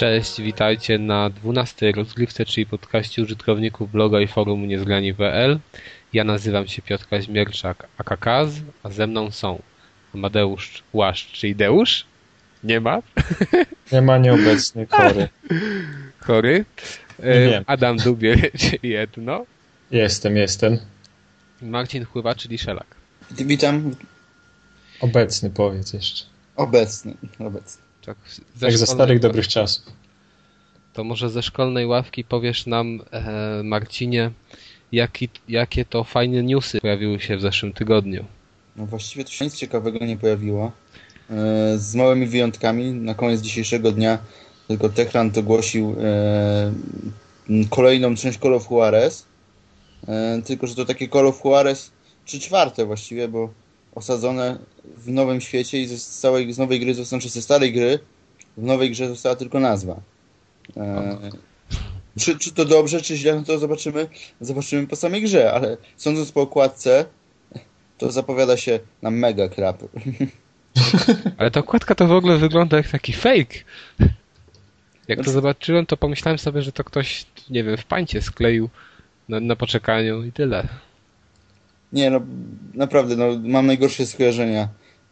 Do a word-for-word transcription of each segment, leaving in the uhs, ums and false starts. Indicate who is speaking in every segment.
Speaker 1: Cześć, witajcie na dwunastej rozgrywce, czyli podcaście użytkowników bloga i forum niezgrani kropka pe el. Ja nazywam się Piotr Kaźmierczak, aka Kaz, a ze mną są Amadeusz Łaszcz, czyli Deusz. Nie ma.
Speaker 2: Nie ma nieobecny, chory.
Speaker 1: Chory.
Speaker 2: Nie wiem.
Speaker 1: Adam Dubiel, czyli Edno.
Speaker 2: Jestem, jestem.
Speaker 1: Marcin Chływa, czyli Szelak.
Speaker 3: Witam.
Speaker 2: Obecny, powiedz jeszcze.
Speaker 3: Obecny, obecny.
Speaker 1: Tak,
Speaker 2: Jak za starych dobrych czasów.
Speaker 1: To może ze szkolnej ławki powiesz nam, e, Marcinie, jaki, jakie to fajne newsy pojawiły się w zeszłym tygodniu.
Speaker 3: No właściwie to się nic ciekawego nie pojawiło. E, z małymi wyjątkami. Na koniec dzisiejszego dnia tylko Techland ogłosił e, kolejną część Call of Juarez. E, tylko, że to takie Call of Juarez trzy czwarte właściwie, bo osadzone w nowym świecie i z całej z nowej gry, znaczy ze starej gry, w nowej grze została tylko nazwa. E, czy, czy to dobrze, czy źle, no to zobaczymy, zobaczymy po samej grze, ale sądząc po okładce, to zapowiada się na mega crap.
Speaker 1: Ale ta okładka to w ogóle wygląda jak taki fake. Jak to zobaczyłem, to pomyślałem sobie, że to ktoś, nie wiem, w pańcie skleił na, na poczekaniu i tyle.
Speaker 3: Nie, no naprawdę, no, mam najgorsze skojarzenia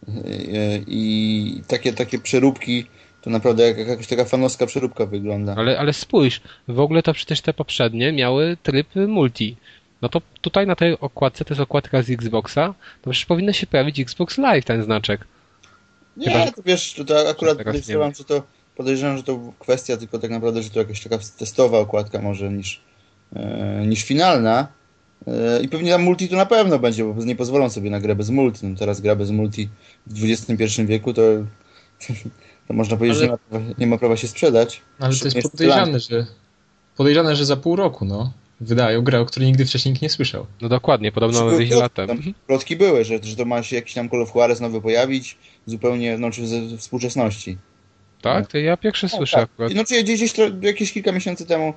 Speaker 3: i takie, takie przeróbki to naprawdę jak jakaś taka fanowska przeróbka wygląda.
Speaker 1: Ale, ale spójrz, w ogóle to przecież te poprzednie miały tryb multi. No to tutaj na tej okładce, to jest okładka z Xboxa, to przecież powinno się pojawić Xbox Live, ten znaczek.
Speaker 3: Nie,
Speaker 1: Chyba,
Speaker 3: to wiesz, to, to akurat podejrzewam, że to podejrzewam, że to kwestia tylko tak naprawdę, że to jakaś taka testowa okładka może niż, e, niż finalna. I pewnie tam multi to na pewno będzie, bo nie pozwolą sobie na grę bez multi. No teraz gra bez multi w dwudziestym pierwszym wieku to, to można powiedzieć, ale, że nie ma, prawa, nie ma prawa się sprzedać.
Speaker 2: Ale to jest podejrzane, że podejrzane, że za pół roku no, wydają grę, o której nigdy wcześniej nikt nie słyszał.
Speaker 1: No dokładnie, podobno wyjdzie latem.
Speaker 3: Tam plotki były, że, że to ma się jakiś tam Call of Juarez nowy pojawić, zupełnie, no czy ze współczesności.
Speaker 1: Tak? To ja pierwszy
Speaker 3: no,
Speaker 1: słyszę
Speaker 3: tak.
Speaker 1: akurat.
Speaker 3: No czy gdzieś jakieś kilka miesięcy temu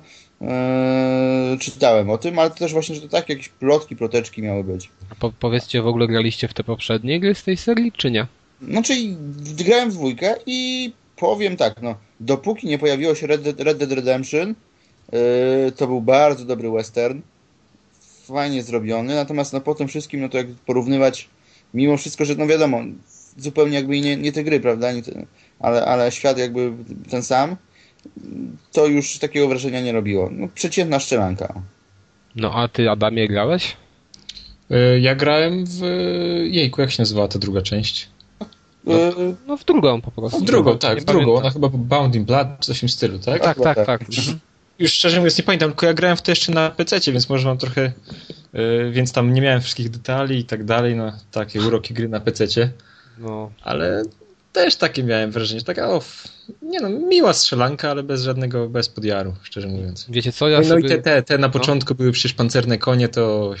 Speaker 3: e, czytałem o tym, ale to też właśnie, że to tak jakieś plotki, ploteczki miały być.
Speaker 1: A po, powiedzcie, w ogóle graliście w te poprzednie gry z tej serii, czy nie?
Speaker 3: No czyli grałem w dwójkę i powiem tak, no dopóki nie pojawiło się Red Dead, Red Dead Redemption, yy, to był bardzo dobry western, fajnie zrobiony, natomiast no po tym wszystkim, no to jak porównywać, mimo wszystko, że no wiadomo, zupełnie jakby nie, nie te gry, prawda, nie te, ale, ale świat jakby ten sam, to już takiego wrażenia nie robiło. No przeciętna szczelanka.
Speaker 1: No a ty, Adamie, grałeś?
Speaker 2: Ja grałem w... Jejku, jak się nazywała ta druga część?
Speaker 1: No, no w drugą po prostu.
Speaker 2: W drugą, tak, w drugą. Ona chyba Bound in Blood, coś w tym stylu, tak?
Speaker 1: Tak, tak, tak. tak.
Speaker 2: Już szczerze mówiąc nie pamiętam, tylko ja grałem w to jeszcze na pececie, więc może mam trochę... Yy, więc tam nie miałem wszystkich detali i tak dalej, no takie uroki gry na pececie.
Speaker 1: No.
Speaker 2: Ale też takie miałem wrażenie, że taka o, nie no, miła strzelanka, ale bez żadnego, bez podjaru, szczerze mówiąc.
Speaker 1: Wiecie co, ja
Speaker 2: no,
Speaker 1: sobie...
Speaker 2: No i te, te, te na
Speaker 1: no.
Speaker 2: początku były przecież pancerne konie, to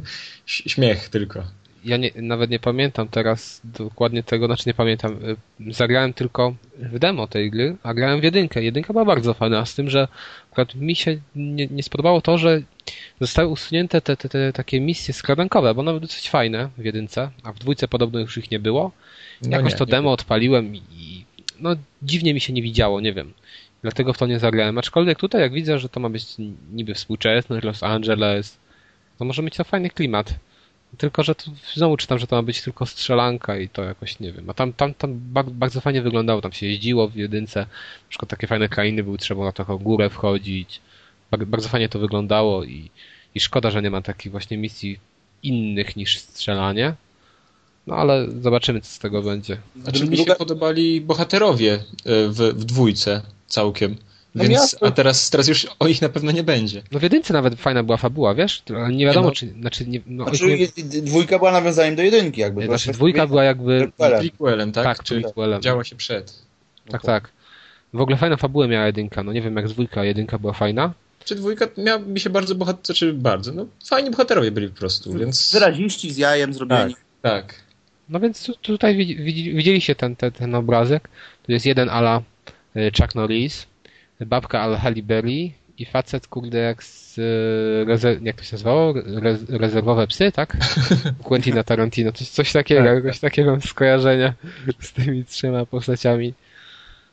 Speaker 2: śmiech tylko.
Speaker 1: Ja nie, nawet nie pamiętam teraz dokładnie tego, znaczy nie pamiętam. Zagrałem tylko w demo tej gry, a grałem w jedynkę. Jedynka była bardzo fajna, z tym, że akurat mi się nie, nie spodobało to, że zostały usunięte te, te, te takie misje skradankowe, bo one były dosyć fajne w jedynce, a w dwójce podobno już ich nie było.
Speaker 2: No
Speaker 1: Jakoś
Speaker 2: nie,
Speaker 1: to
Speaker 2: nie
Speaker 1: demo
Speaker 2: było.
Speaker 1: Odpaliłem i no dziwnie mi się nie widziało, nie wiem. Dlatego w to nie zagrałem. Aczkolwiek tutaj jak widzę, że to ma być niby współczesny Los Angeles, to może mieć to fajny klimat. Tylko, że tu znowu czytam, że to ma być tylko strzelanka i to jakoś nie wiem. A tam, tam, tam bardzo fajnie wyglądało, tam się jeździło w jedynce. Na przykład takie fajne krainy były, trzeba na taką górę wchodzić. Bardzo fajnie to wyglądało i, i szkoda, że nie ma takich właśnie misji innych niż strzelanie. No ale zobaczymy, co z tego będzie.
Speaker 2: Znaczy mi się podobali bohaterowie w, w dwójce całkiem.
Speaker 3: No
Speaker 2: Więc,
Speaker 3: miasto.
Speaker 2: a teraz, teraz już o ich na pewno nie będzie.
Speaker 1: No w jedynce nawet fajna była fabuła, wiesz? Ale nie wiadomo,
Speaker 2: Nie no.
Speaker 1: czy... Znaczy, nie, no,
Speaker 3: Znaczy,
Speaker 1: nie,
Speaker 3: je- dwójka była nawiązaniem do jedynki jakby.
Speaker 1: znaczy dwójka była jakby...
Speaker 2: Prequelem, tak?
Speaker 1: Tak,
Speaker 2: Czy
Speaker 1: prequelem.
Speaker 2: działa się przed?
Speaker 1: Tak, tak. W ogóle fajną fabułę miała jedynka. No nie wiem jak z dwójka, jedynka była fajna.
Speaker 2: Czy dwójka miała mi się bardzo bohater, czy bardzo, no fajni bohaterowie byli po prostu, więc...
Speaker 3: Wyraziści z jajem zrobieni.
Speaker 2: Tak, tak.
Speaker 1: No więc tu, tutaj widzi, widzi, widzieliście ten, ten, ten obrazek. Tu jest jeden ala y, Chuck Norris, babka ala Halle Berry i facet, kurde, jak z... y, Rezer- jak to się nazywało? Re- rezerwowe psy, tak? Quentina Tarantino. Coś, coś takiego,
Speaker 2: Tak.
Speaker 1: jakoś takiego skojarzenia z tymi trzema postaciami.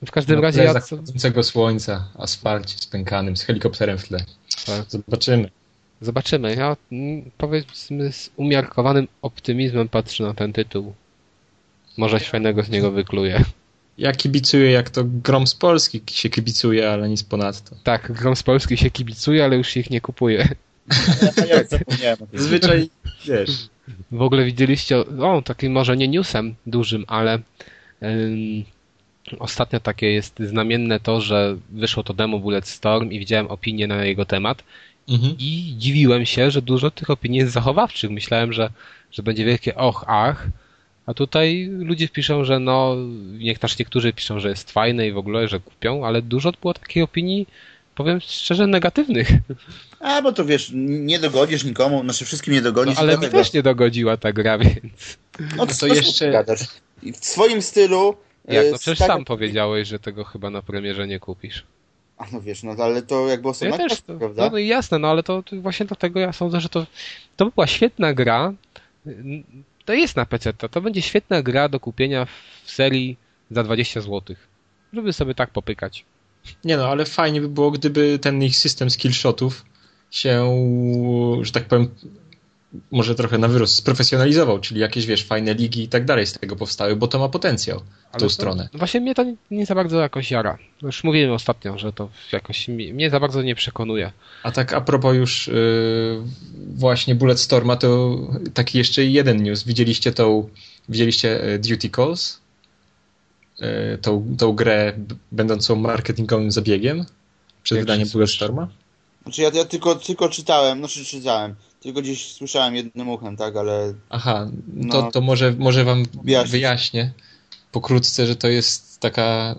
Speaker 1: W każdym
Speaker 2: Na
Speaker 1: razie
Speaker 2: tle
Speaker 1: ja...
Speaker 2: zachodzącego słońca, asfalcie spękanym, z helikopterem w tle.
Speaker 1: Tak.
Speaker 2: Zobaczymy.
Speaker 1: Zobaczymy. Ja mm, powiedzmy z umiarkowanym optymizmem patrzę na ten tytuł. Może coś fajnego z niego wykluje.
Speaker 2: Ja kibicuję, jak to grom z Polski się kibicuje, ale nic ponadto.
Speaker 1: Tak, grom z Polski się kibicuje, ale już się ich nie kupuje.
Speaker 3: Ja zapomniałem o tym.
Speaker 2: Zwyczaj, wiesz...
Speaker 1: W ogóle widzieliście, o, takim może nie newsem dużym, ale ym, ostatnio takie jest znamienne to, że wyszło to demo Bulletstorm i widziałem opinię na jego temat
Speaker 2: Mhm.
Speaker 1: i dziwiłem się, że dużo tych opinii jest zachowawczych. Myślałem, że, że będzie wielkie och, ach, a tutaj ludzie piszą, że no, niech też niektórzy piszą, że jest fajne i w ogóle, że kupią, ale dużo było takich opinii, powiem szczerze, negatywnych.
Speaker 3: A, bo to wiesz, nie dogodzisz nikomu, znaczy wszystkim nie
Speaker 1: No,
Speaker 3: dogodzisz.
Speaker 1: ale mi
Speaker 3: dlatego...
Speaker 1: też nie dogodziła ta gra, więc...
Speaker 3: No
Speaker 2: to
Speaker 3: to
Speaker 2: jeszcze-
Speaker 3: jeszcze... Gadasz. I w swoim stylu...
Speaker 1: Jak,
Speaker 3: e,
Speaker 1: no przecież
Speaker 3: tak-
Speaker 1: sam powiedziałeś, że tego chyba na premierze nie kupisz.
Speaker 3: A no wiesz, no ale to jakby
Speaker 1: Ja
Speaker 3: osobna
Speaker 1: też,
Speaker 3: kwestia,
Speaker 1: to,
Speaker 3: prawda?
Speaker 1: no i jasne, no ale to, to właśnie dlatego ja sądzę, że to, to by była świetna gra. To jest na P C, to, to będzie świetna gra do kupienia w serii za dwadzieścia złotych. Żeby sobie tak popykać.
Speaker 2: Nie no, ale fajnie by było, gdyby ten ich system skillshotów się, że tak powiem, może trochę na wyrost sprofesjonalizował, czyli jakieś, wiesz, fajne ligi i tak dalej z tego powstały, bo to ma potencjał w
Speaker 1: Ale
Speaker 2: tą
Speaker 1: to,
Speaker 2: stronę.
Speaker 1: Właśnie mnie to nie, nie za bardzo jakoś jara. Już mówiłem ostatnio, że to jakoś mnie, mnie za bardzo nie przekonuje.
Speaker 2: A tak a propos już yy, właśnie Bulletstorma, to taki jeszcze jeden news. Widzieliście tą, widzieliście y, Duty Calls? Y, tą, tą grę b- będącą marketingowym zabiegiem przed
Speaker 1: Jak
Speaker 2: wydaniem
Speaker 1: się
Speaker 2: Bulletstorma?
Speaker 3: Znaczy ja, ja tylko, tylko czytałem, no czy czytałem, tylko gdzieś słyszałem jednym uchem, tak, ale
Speaker 2: Aha, to,
Speaker 3: No.
Speaker 2: to może, może wam
Speaker 3: Wyjaśnij.
Speaker 2: wyjaśnię pokrótce, że to jest taka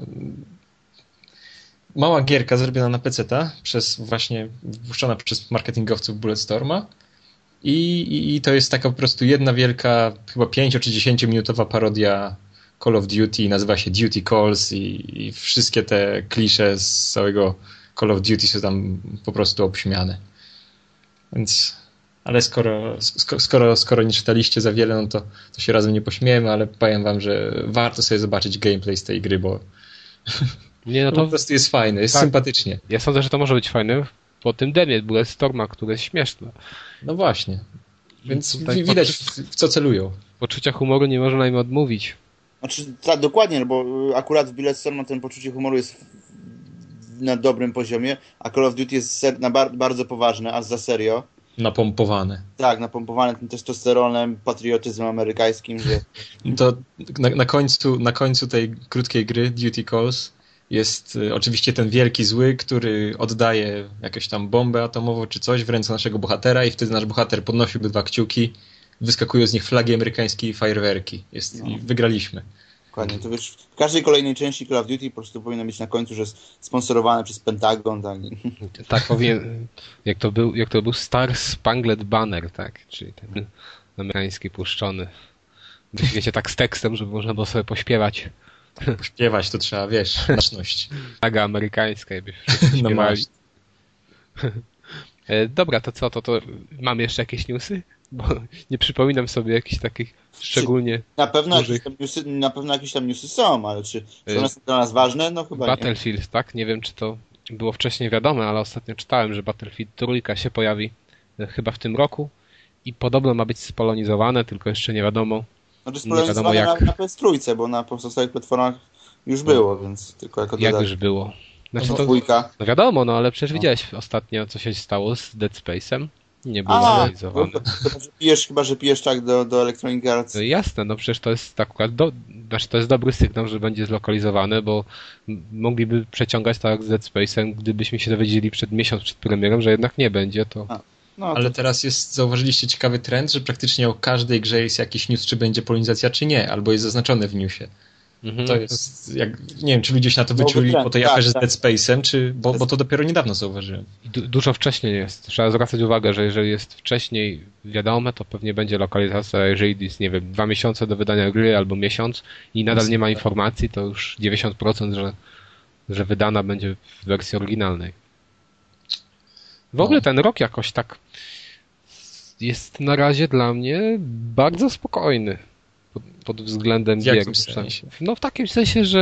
Speaker 2: mała gierka zrobiona na peceta, przez właśnie wypuszczona przez marketingowców Bulletstorma i, i, i to jest taka po prostu jedna wielka, chyba pięcio czy dziesięciominutowa parodia Call of Duty, nazywa się Duty Calls i, i wszystkie te klisze z całego Call of Duty są tam po prostu obśmiane. Więc, ale skoro, sko- skoro, skoro nie czytaliście za wiele, no to, to się razem nie pośmiejemy, ale powiem wam, że warto sobie zobaczyć gameplay z tej gry, bo
Speaker 1: Nie, no
Speaker 2: to
Speaker 1: to
Speaker 2: po prostu jest fajne, jest
Speaker 1: tak.
Speaker 2: sympatycznie.
Speaker 1: ja sądzę, że to może być fajne po tym demie Bulletstorma, które jest śmieszne.
Speaker 2: No właśnie. Więc
Speaker 1: Tutaj
Speaker 2: wi- widać w, w co celują.
Speaker 1: Poczucia humoru nie można im odmówić.
Speaker 3: znaczy tak, dokładnie, no bo y, akurat w Bulletstorm ten poczucie humoru jest w- na dobrym poziomie, a Call of Duty jest ser- na bar- bardzo poważne, a za serio.
Speaker 2: Napompowane.
Speaker 3: Tak, napompowane tym testosteronem, patriotyzmem amerykańskim, że
Speaker 2: To na, na, końcu, na końcu tej krótkiej gry Duty Calls jest y, oczywiście ten wielki zły, który oddaje jakąś tam bombę atomową czy coś w ręce naszego bohatera i wtedy nasz bohater podnosi dwa kciuki, wyskakują z nich flagi amerykańskie i fajerwerki. Jest,
Speaker 3: No.
Speaker 2: I wygraliśmy.
Speaker 3: dokładnie, to wiesz, w każdej kolejnej części Call of Duty po prostu powinno być na końcu, że jest sponsorowane przez Pentagon, tak.
Speaker 1: Tak powinien, jak to był, jak to był Star Spangled Banner, tak, czyli ten amerykański puszczony. Wiecie, tak z tekstem, żeby można było sobie pośpiewać.
Speaker 2: Śpiewać to trzeba, wiesz, naszność.
Speaker 1: Flaga amerykańska, jakby wszyscy
Speaker 2: No
Speaker 1: śpiewali.
Speaker 2: masz.
Speaker 1: E, Dobra, to co, to, to mamy jeszcze jakieś newsy? Bo nie przypominam sobie jakichś takich szczególnie...
Speaker 3: Na pewno, jakieś
Speaker 1: Dużych.
Speaker 3: tam newsy, na pewno jakieś tam newsy są, ale czy, czy
Speaker 1: Y,
Speaker 3: one są dla nas ważne? No chyba nie.
Speaker 1: Battlefield, tak? Nie wiem, czy to było wcześniej wiadome, ale ostatnio czytałem, że Battlefield trójka się pojawi e, chyba w tym roku i podobno ma być spolonizowane, tylko jeszcze nie wiadomo.
Speaker 3: Znaczy
Speaker 1: nie wiadomo
Speaker 3: spolonizowane
Speaker 1: jak.
Speaker 3: na, na P S trzy, bo na pozostałych platformach już było, więc tylko jako
Speaker 1: Jak
Speaker 3: dodatek.
Speaker 1: już było. Znaczy
Speaker 3: No
Speaker 1: to,
Speaker 3: dwójka.
Speaker 1: no wiadomo, no ale przecież
Speaker 3: No.
Speaker 1: widziałeś ostatnio, co się stało z Dead Space'em. Nie było
Speaker 3: A,
Speaker 1: realizowane.
Speaker 3: to, to, to, że pijesz, chyba, że pijesz tak do, do Electronic Arts.
Speaker 1: No jasne, no przecież to jest akurat do, znaczy to jest dobry sygnał, że będzie zlokalizowane, bo m- mogliby przeciągać tak jak z Dead Space'em, gdybyśmy się dowiedzieli przed miesiąc przed premierą, że jednak nie będzie, to
Speaker 3: A. No,
Speaker 2: Ale
Speaker 3: to,
Speaker 2: teraz jest, zauważyliście ciekawy trend, że praktycznie o każdej grze jest jakiś news, czy będzie polonizacja, czy nie, albo jest zaznaczone w newsie.
Speaker 1: mhm.
Speaker 2: To jest, jak, nie wiem, czy ludzie się na to
Speaker 3: Nowy
Speaker 2: wyczuli
Speaker 3: trend,
Speaker 2: po tej
Speaker 3: tak,
Speaker 2: aferze z
Speaker 3: tak.
Speaker 2: Dead Space'em, czy, bo, bo to dopiero niedawno zauważyłem.
Speaker 1: I du- dużo wcześniej jest. Trzeba zwracać uwagę, że jeżeli jest wcześniej wiadome, to pewnie będzie lokalizacja, a jeżeli jest, nie wiem, dwa miesiące do wydania gry albo miesiąc i nadal nie ma informacji, to już dziewięćdziesiąt procent, że, że wydana będzie w wersji oryginalnej. W ogóle
Speaker 2: No.
Speaker 1: ten rok jakoś tak jest na razie dla mnie bardzo spokojny pod, pod względem
Speaker 2: W
Speaker 1: gier.
Speaker 2: jakim sensie?
Speaker 1: No w takim sensie, że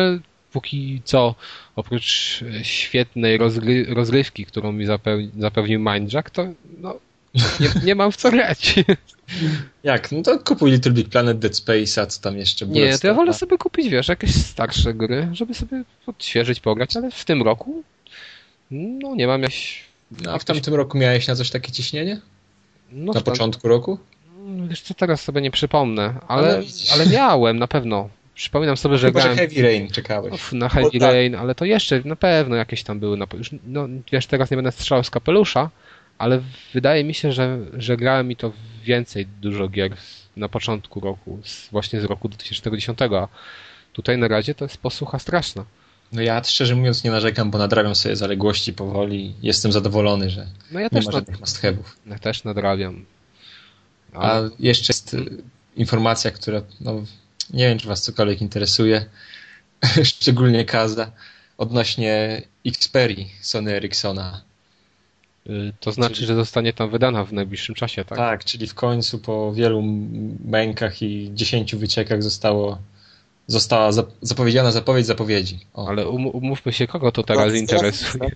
Speaker 1: póki co, oprócz świetnej rozgry, rozrywki, którą mi zapeł, zapewnił Mindjack, to no, nie, nie mam w co grać.
Speaker 2: Jak? No to kupuj Little Big Planet, Dead Space, a co tam jeszcze?
Speaker 1: Nie, to ja wolę sobie kupić, wiesz, jakieś starsze gry, żeby sobie odświeżyć, pograć, ale w tym roku no nie mam jaś...
Speaker 2: No a w tamtym roku miałeś na coś takie ciśnienie?
Speaker 1: No,
Speaker 2: na początku roku?
Speaker 1: Wiesz co, teraz sobie nie przypomnę, ale, ale, ale miałem na pewno. Przypominam sobie, że
Speaker 2: Chyba,
Speaker 1: grałem...
Speaker 2: że Heavy Rain czekałeś.
Speaker 1: Uf, na Heavy
Speaker 3: tak.
Speaker 1: Rain, ale to jeszcze na pewno jakieś tam były. Już, no, wiesz, teraz nie będę strzelał z kapelusza, ale wydaje mi się, że, że grałem mi to więcej dużo gier na początku roku, z, właśnie z roku dwa tysiące dziesiątego, a tutaj na razie to jest posłucha straszna.
Speaker 2: No ja szczerze mówiąc nie narzekam, bo nadrabiam sobie zaległości powoli. Jestem zadowolony, że
Speaker 1: no ja
Speaker 2: nie
Speaker 1: też
Speaker 2: ma
Speaker 1: nad...
Speaker 2: żadnych must have'ów.
Speaker 1: Ja też nadrabiam.
Speaker 2: A jeszcze jest informacja, która no, nie wiem, czy was cokolwiek interesuje, szczególnie Kaza, odnośnie Xperii Sony Ericssona.
Speaker 1: To znaczy, czyli... że zostanie tam wydana w najbliższym czasie, tak?
Speaker 2: Tak, czyli w końcu po wielu mękach i dziesięciu wyciekach zostało, została zapowiedziana zapowiedź zapowiedzi. O.
Speaker 1: Ale um, umówmy się, kogo to teraz interesuje.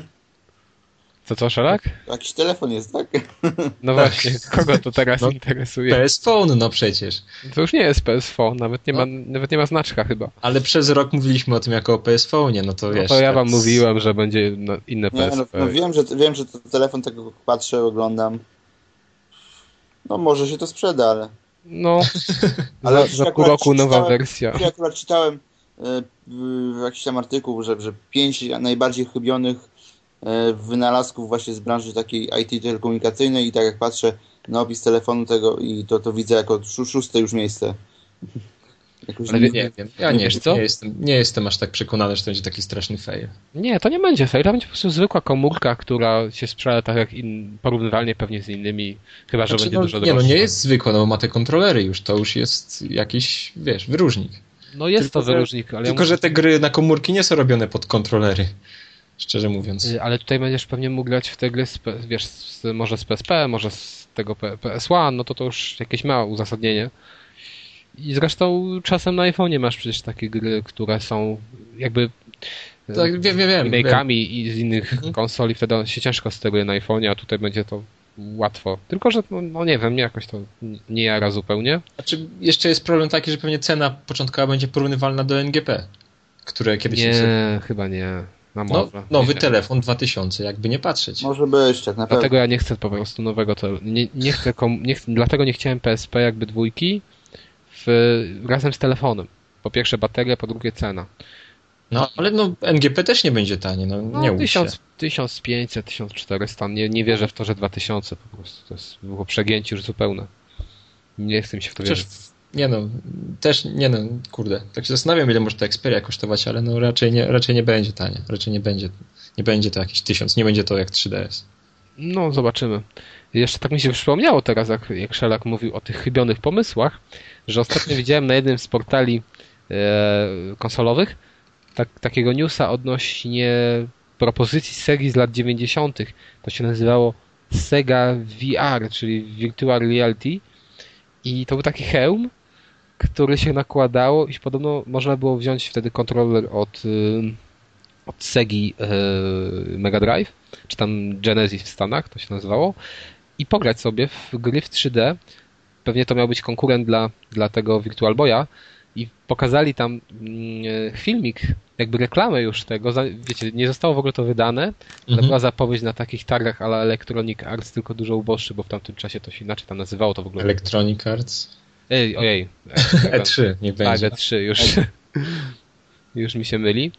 Speaker 1: Co to, Szelak?
Speaker 3: Jakiś telefon jest, tak?
Speaker 1: No tak. Właśnie, kogo to teraz no, interesuje?
Speaker 2: P S Phone, no przecież.
Speaker 1: To już nie jest P S Phone, nawet nie, no. ma, nawet nie ma znaczka chyba.
Speaker 2: Ale przez rok mówiliśmy o tym jako o P S Phone, no to
Speaker 1: no
Speaker 2: wiesz.
Speaker 1: To ja
Speaker 2: tak...
Speaker 1: wam mówiłem, że będzie no, inne
Speaker 3: nie,
Speaker 1: P S P.
Speaker 3: No, no wiem, że, wiem, że to telefon, tego patrzę, oglądam. No może się to sprzeda, ale...
Speaker 1: No, ale za, za pół roku nowa czytałem, wersja.
Speaker 3: Ja akurat czytałem y, y, jakiś tam artykuł, że, że pięć najbardziej chybionych y, wynalazków właśnie z branży takiej I T telekomunikacyjnej i tak jak patrzę na opis telefonu tego i to, to widzę jako szóste już miejsce.
Speaker 2: Jakoś ale nie, nie wiem, ja nie, nie, nie, jestem, nie jestem aż tak przekonany, że to będzie taki straszny fail.
Speaker 1: Nie, to nie będzie fail, to będzie po prostu zwykła komórka, która się sprzeda tak jak in, porównywalnie pewnie z innymi, chyba, że znaczy, będzie
Speaker 2: no,
Speaker 1: dużo
Speaker 2: droższa. Nie, no nie jest zwykła, no bo ma te kontrolery już, to już jest jakiś, wiesz, wyróżnik.
Speaker 1: No jest
Speaker 2: tylko,
Speaker 1: to wyróżnik, ale...
Speaker 2: Tylko, ja że te gry na komórki nie są robione pod kontrolery, szczerze mówiąc.
Speaker 1: Ale tutaj będziesz pewnie mógł grać w te gry, z, wiesz, z, może z P S P, może z tego P S jeden, no to to już jakieś ma uzasadnienie. I zresztą czasem na iPhone'ie masz przecież takie gry, które są jakby
Speaker 2: tak, wiem, wiem,
Speaker 1: remake'ami i z innych mhm. konsol i wtedy się ciężko steruje na iPhone'ie, a tutaj będzie to łatwo. Tylko, że no, no nie wiem, mnie jakoś to nie jara zupełnie.
Speaker 2: Znaczy jeszcze jest problem taki, że pewnie cena początkowa będzie porównywalna do N G P, które kiedyś...
Speaker 1: Nie,
Speaker 2: się...
Speaker 1: chyba nie. No,
Speaker 2: no, nowy telefon dwa tysiące, jakby nie patrzeć.
Speaker 3: Może być, tak naprawdę.
Speaker 1: Dlatego ja nie chcę po prostu nowego telefonu. Nie, nie chcę, nie chcę, dlatego nie chciałem P S P jakby dwójki w, razem z telefonem. Po pierwsze bateria, po drugie cena.
Speaker 2: No, ale no N G P też nie będzie tanie, no, no nie
Speaker 1: tysiąc, tysiąc pięćset, tysiąc czterysta, nie, nie wierzę w to, że dwa tysiące po prostu. To jest było przegięcie już zupełne. Nie chcę mi się w to
Speaker 2: Chociaż,
Speaker 1: wierzyć.
Speaker 2: Nie no, też, nie no, kurde, tak się zastanawiam, ile może ta Xperia kosztować, ale no raczej nie, raczej nie będzie tanie, raczej nie będzie, nie będzie to jakieś tysiąc, nie będzie to jak trzy D S.
Speaker 1: No, zobaczymy. Jeszcze tak mi się przypomniało teraz, jak, jak Szelak mówił o tych chybionych pomysłach, że ostatnio widziałem na jednym z portali e, konsolowych tak, takiego newsa odnośnie propozycji serii z lat dziewięćdziesiątych. To się nazywało Sega V R, czyli Virtual Reality. I to był taki hełm, który się nakładało i podobno można było wziąć wtedy kontroler od, od Segi Mega Drive, czy tam Genesis w Stanach, to się nazywało, i pograć sobie w gry w trzy D. Pewnie to miał być konkurent dla, dla tego Virtual Boya i pokazali tam filmik, jakby reklamę już tego, wiecie, nie zostało w ogóle to wydane, ale mhm. była zapowiedź na takich targach ala Electronic Arts, tylko dużo uboższy, bo w tamtym czasie to się inaczej tam nazywało to w ogóle.
Speaker 2: Electronic Arts?
Speaker 1: Ej, ojej.
Speaker 2: E trzy, nie będzie.
Speaker 1: Tak, E trzy, już, już mi się myli.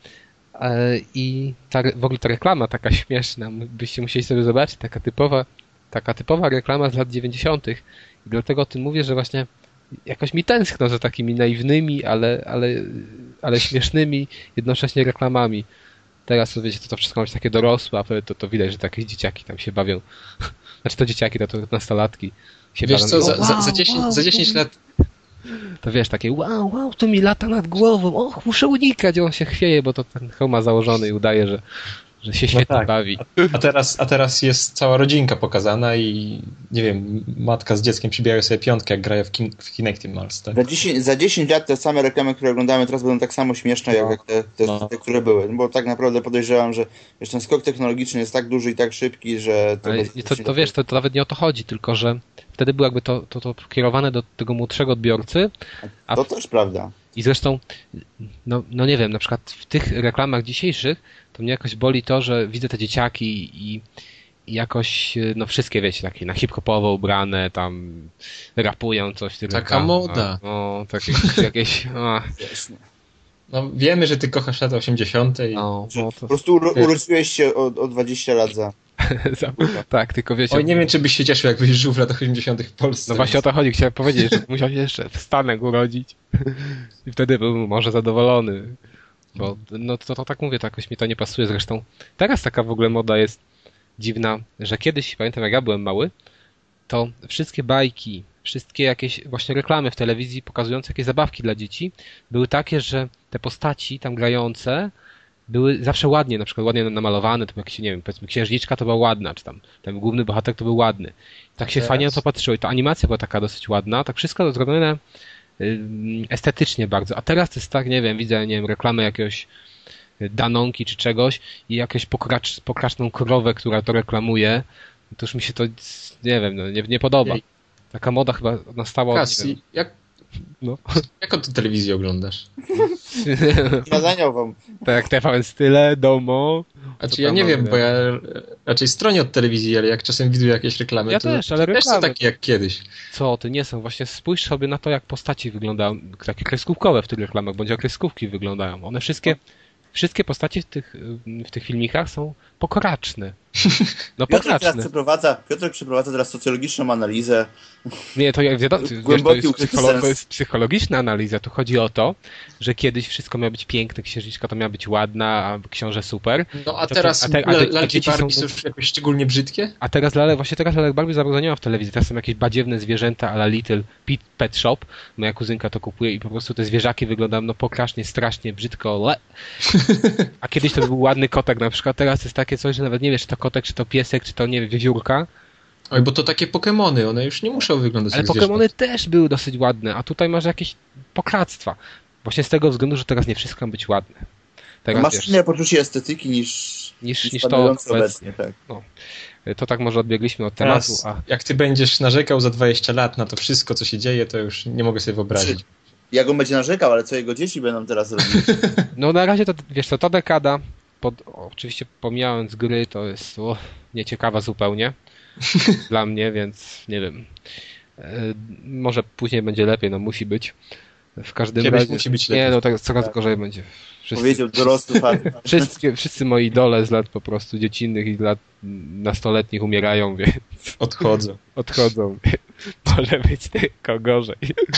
Speaker 1: I ta, w ogóle ta reklama taka śmieszna, byście musieli sobie zobaczyć, taka typowa, taka typowa reklama z lat dziewięćdziesiątych. I dlatego o tym mówię, że właśnie jakoś mi tęskno za takimi naiwnymi, ale, ale, ale śmiesznymi jednocześnie reklamami. Teraz to wiecie, to, to wszystko ma być takie dorosłe, a to, to widać, że takie dzieciaki tam się bawią. Znaczy to dzieciaki, to, to nastolatki się
Speaker 2: wiesz
Speaker 1: bawią.
Speaker 2: co, za, za, za, dziesięć, wow, za dziesięć lat
Speaker 1: to wiesz, takie wow, wow, to mi lata nad głową, och, muszę unikać, on się chwieje, bo to ten hełm ma założony i udaje, że, że się świetnie
Speaker 2: no tak.
Speaker 1: bawi.
Speaker 2: A teraz, a teraz jest cała rodzinka pokazana i nie wiem, matka z dzieckiem przybijają sobie piątkę, jak grają w, kin- w Kinectie Mars. Tak?
Speaker 3: Za, dziesięć, za dziesięć lat te same reklamy, które oglądamy teraz będą tak samo śmieszne, jak,
Speaker 2: No.
Speaker 3: jak te, te,
Speaker 2: No.
Speaker 3: te, które były. Bo tak naprawdę podejrzewam, że wiesz, ten skok technologiczny jest tak duży i tak szybki, że... To,
Speaker 1: Ale to, to wiesz, to, to nawet nie o to chodzi, tylko że wtedy było jakby to, to, to kierowane do tego młodszego odbiorcy. A
Speaker 3: to też prawda.
Speaker 1: I zresztą, no, no nie wiem, na przykład w tych reklamach dzisiejszych to mnie jakoś boli to, że widzę te dzieciaki i, i jakoś, no wszystkie wiecie, takie na hip-hopowo ubrane, tam rapują coś.
Speaker 2: Taka
Speaker 1: reklam,
Speaker 2: moda.
Speaker 1: No, takie jakieś... A.
Speaker 2: No wiemy, że ty kochasz lata osiemdziesiąte i...
Speaker 1: No, no to...
Speaker 3: Po prostu uro- urodziłeś się o, o dwadzieścia lat za...
Speaker 1: za... Tak, tylko wiecie...
Speaker 2: Oj, nie wiem, czy byś się cieszył, jakbyś żył w latach osiemdziesiątych w Polsce.
Speaker 1: No właśnie o to chodzi, chciałem powiedzieć, że musiał się jeszcze w Stanach urodzić i wtedy był może zadowolony. Bo no to, to tak mówię, to jakoś mi to nie pasuje. Zresztą teraz taka w ogóle moda jest dziwna, że kiedyś, pamiętam jak ja byłem mały, to wszystkie bajki, wszystkie jakieś właśnie reklamy w telewizji pokazujące jakieś zabawki dla dzieci były takie, że te postaci tam grające były zawsze ładnie, na przykład ładnie namalowane, to jakieś, nie wiem, powiedzmy księżniczka to była ładna, czy tam ten główny bohater to był ładny. Tak się
Speaker 2: Teraz.
Speaker 1: fajnie na to patrzyło i ta animacja była taka dosyć ładna, tak wszystko zrobione estetycznie bardzo. A teraz to jest tak, nie wiem, widzę, nie wiem, reklamę jakiegoś Danonki czy czegoś i jakąś pokracz, pokraczną krowę, która to reklamuje, to już mi się to, nie wiem, no, nie, nie podoba. Taka moda chyba nastała...
Speaker 2: Kas, jak,
Speaker 1: no.
Speaker 2: jaką ty telewizję oglądasz?
Speaker 3: Śniadaniową.
Speaker 1: Tak jak T V N Style, Domo...
Speaker 2: Znaczy ja nie wiem, bo ja raczej stronię od telewizji, ale jak czasem widzę jakieś reklamy,
Speaker 1: ja
Speaker 2: to
Speaker 1: też, ale
Speaker 2: też są
Speaker 1: reklamy.
Speaker 2: takie jak kiedyś.
Speaker 1: Co ty, nie są. Właśnie spójrz sobie na to, jak postaci wyglądają, takie kreskówkowe w tych reklamach, bądź jak kreskówki wyglądają. One wszystkie, wszystkie postacie w tych, w tych filmikach są pokoraczne. No
Speaker 3: Piotrek teraz
Speaker 1: pokoraczne.
Speaker 3: przeprowadza, Piotrek przeprowadza teraz socjologiczną analizę.
Speaker 1: Nie, to, jak wiadomo, wiesz, to, jest psycholo- to jest psychologiczna analiza. Tu chodzi o to, że kiedyś wszystko miało być piękne, księżniczka to miała być ładna, a książę super.
Speaker 2: No a
Speaker 1: to,
Speaker 2: teraz
Speaker 1: a te, a te, a
Speaker 2: lalki
Speaker 1: dzieci
Speaker 2: Barbie
Speaker 1: są,
Speaker 2: są już jakoś szczególnie brzydkie?
Speaker 1: A teraz lale, właśnie teraz lalek Barbie za bardzo nie ma w telewizji. Teraz są jakieś badziewne zwierzęta a la Little Pet Shop. Moja kuzynka to kupuje i po prostu te zwierzaki wyglądają no pokrasznie, strasznie, brzydko. Le. A kiedyś to był ładny kotek na przykład. Teraz jest takie coś, że nawet nie wiesz, czy to kotek, czy to piesek, czy to nie wiem, wiewiórka.
Speaker 2: Oj, bo to takie Pokemony, one już nie muszą wyglądać
Speaker 1: Ale
Speaker 2: jak
Speaker 1: Pokemony
Speaker 2: zwierzęta.
Speaker 1: też były dosyć ładne, a tutaj masz jakieś pokractwa. Właśnie z tego względu, że teraz nie wszystko ma być ładne. Teraz,
Speaker 3: Masz
Speaker 1: wiesz,
Speaker 3: inne poczucie estetyki niż,
Speaker 1: niż, niż to
Speaker 3: panujące
Speaker 1: obecnie.
Speaker 3: obecnie. Tak.
Speaker 1: No. To tak może odbiegliśmy od tematu.
Speaker 2: Teraz,
Speaker 1: A...
Speaker 2: jak ty będziesz narzekał za dwadzieścia lat na to wszystko, co się dzieje, to już nie mogę sobie wyobrazić.
Speaker 3: Jak on będzie narzekał, ale co jego dzieci będą teraz robić?
Speaker 1: No na razie to, wiesz co, ta dekada, pod, oczywiście pomijając gry, to jest o, nieciekawa zupełnie dla mnie, więc nie wiem. E, może później będzie lepiej, no musi być. W każdym
Speaker 2: Kiedyś
Speaker 1: razie...
Speaker 2: musi być lepiej.
Speaker 1: Nie, no tak coraz
Speaker 3: Tak.
Speaker 1: gorzej będzie. Wszyscy,
Speaker 3: Powiedział dorosły facet.
Speaker 1: wszyscy, wszyscy moi idole z lat po prostu dziecinnych i lat nastoletnich umierają, więc
Speaker 2: Odchodzą.
Speaker 1: odchodzą. Może być tylko gorzej.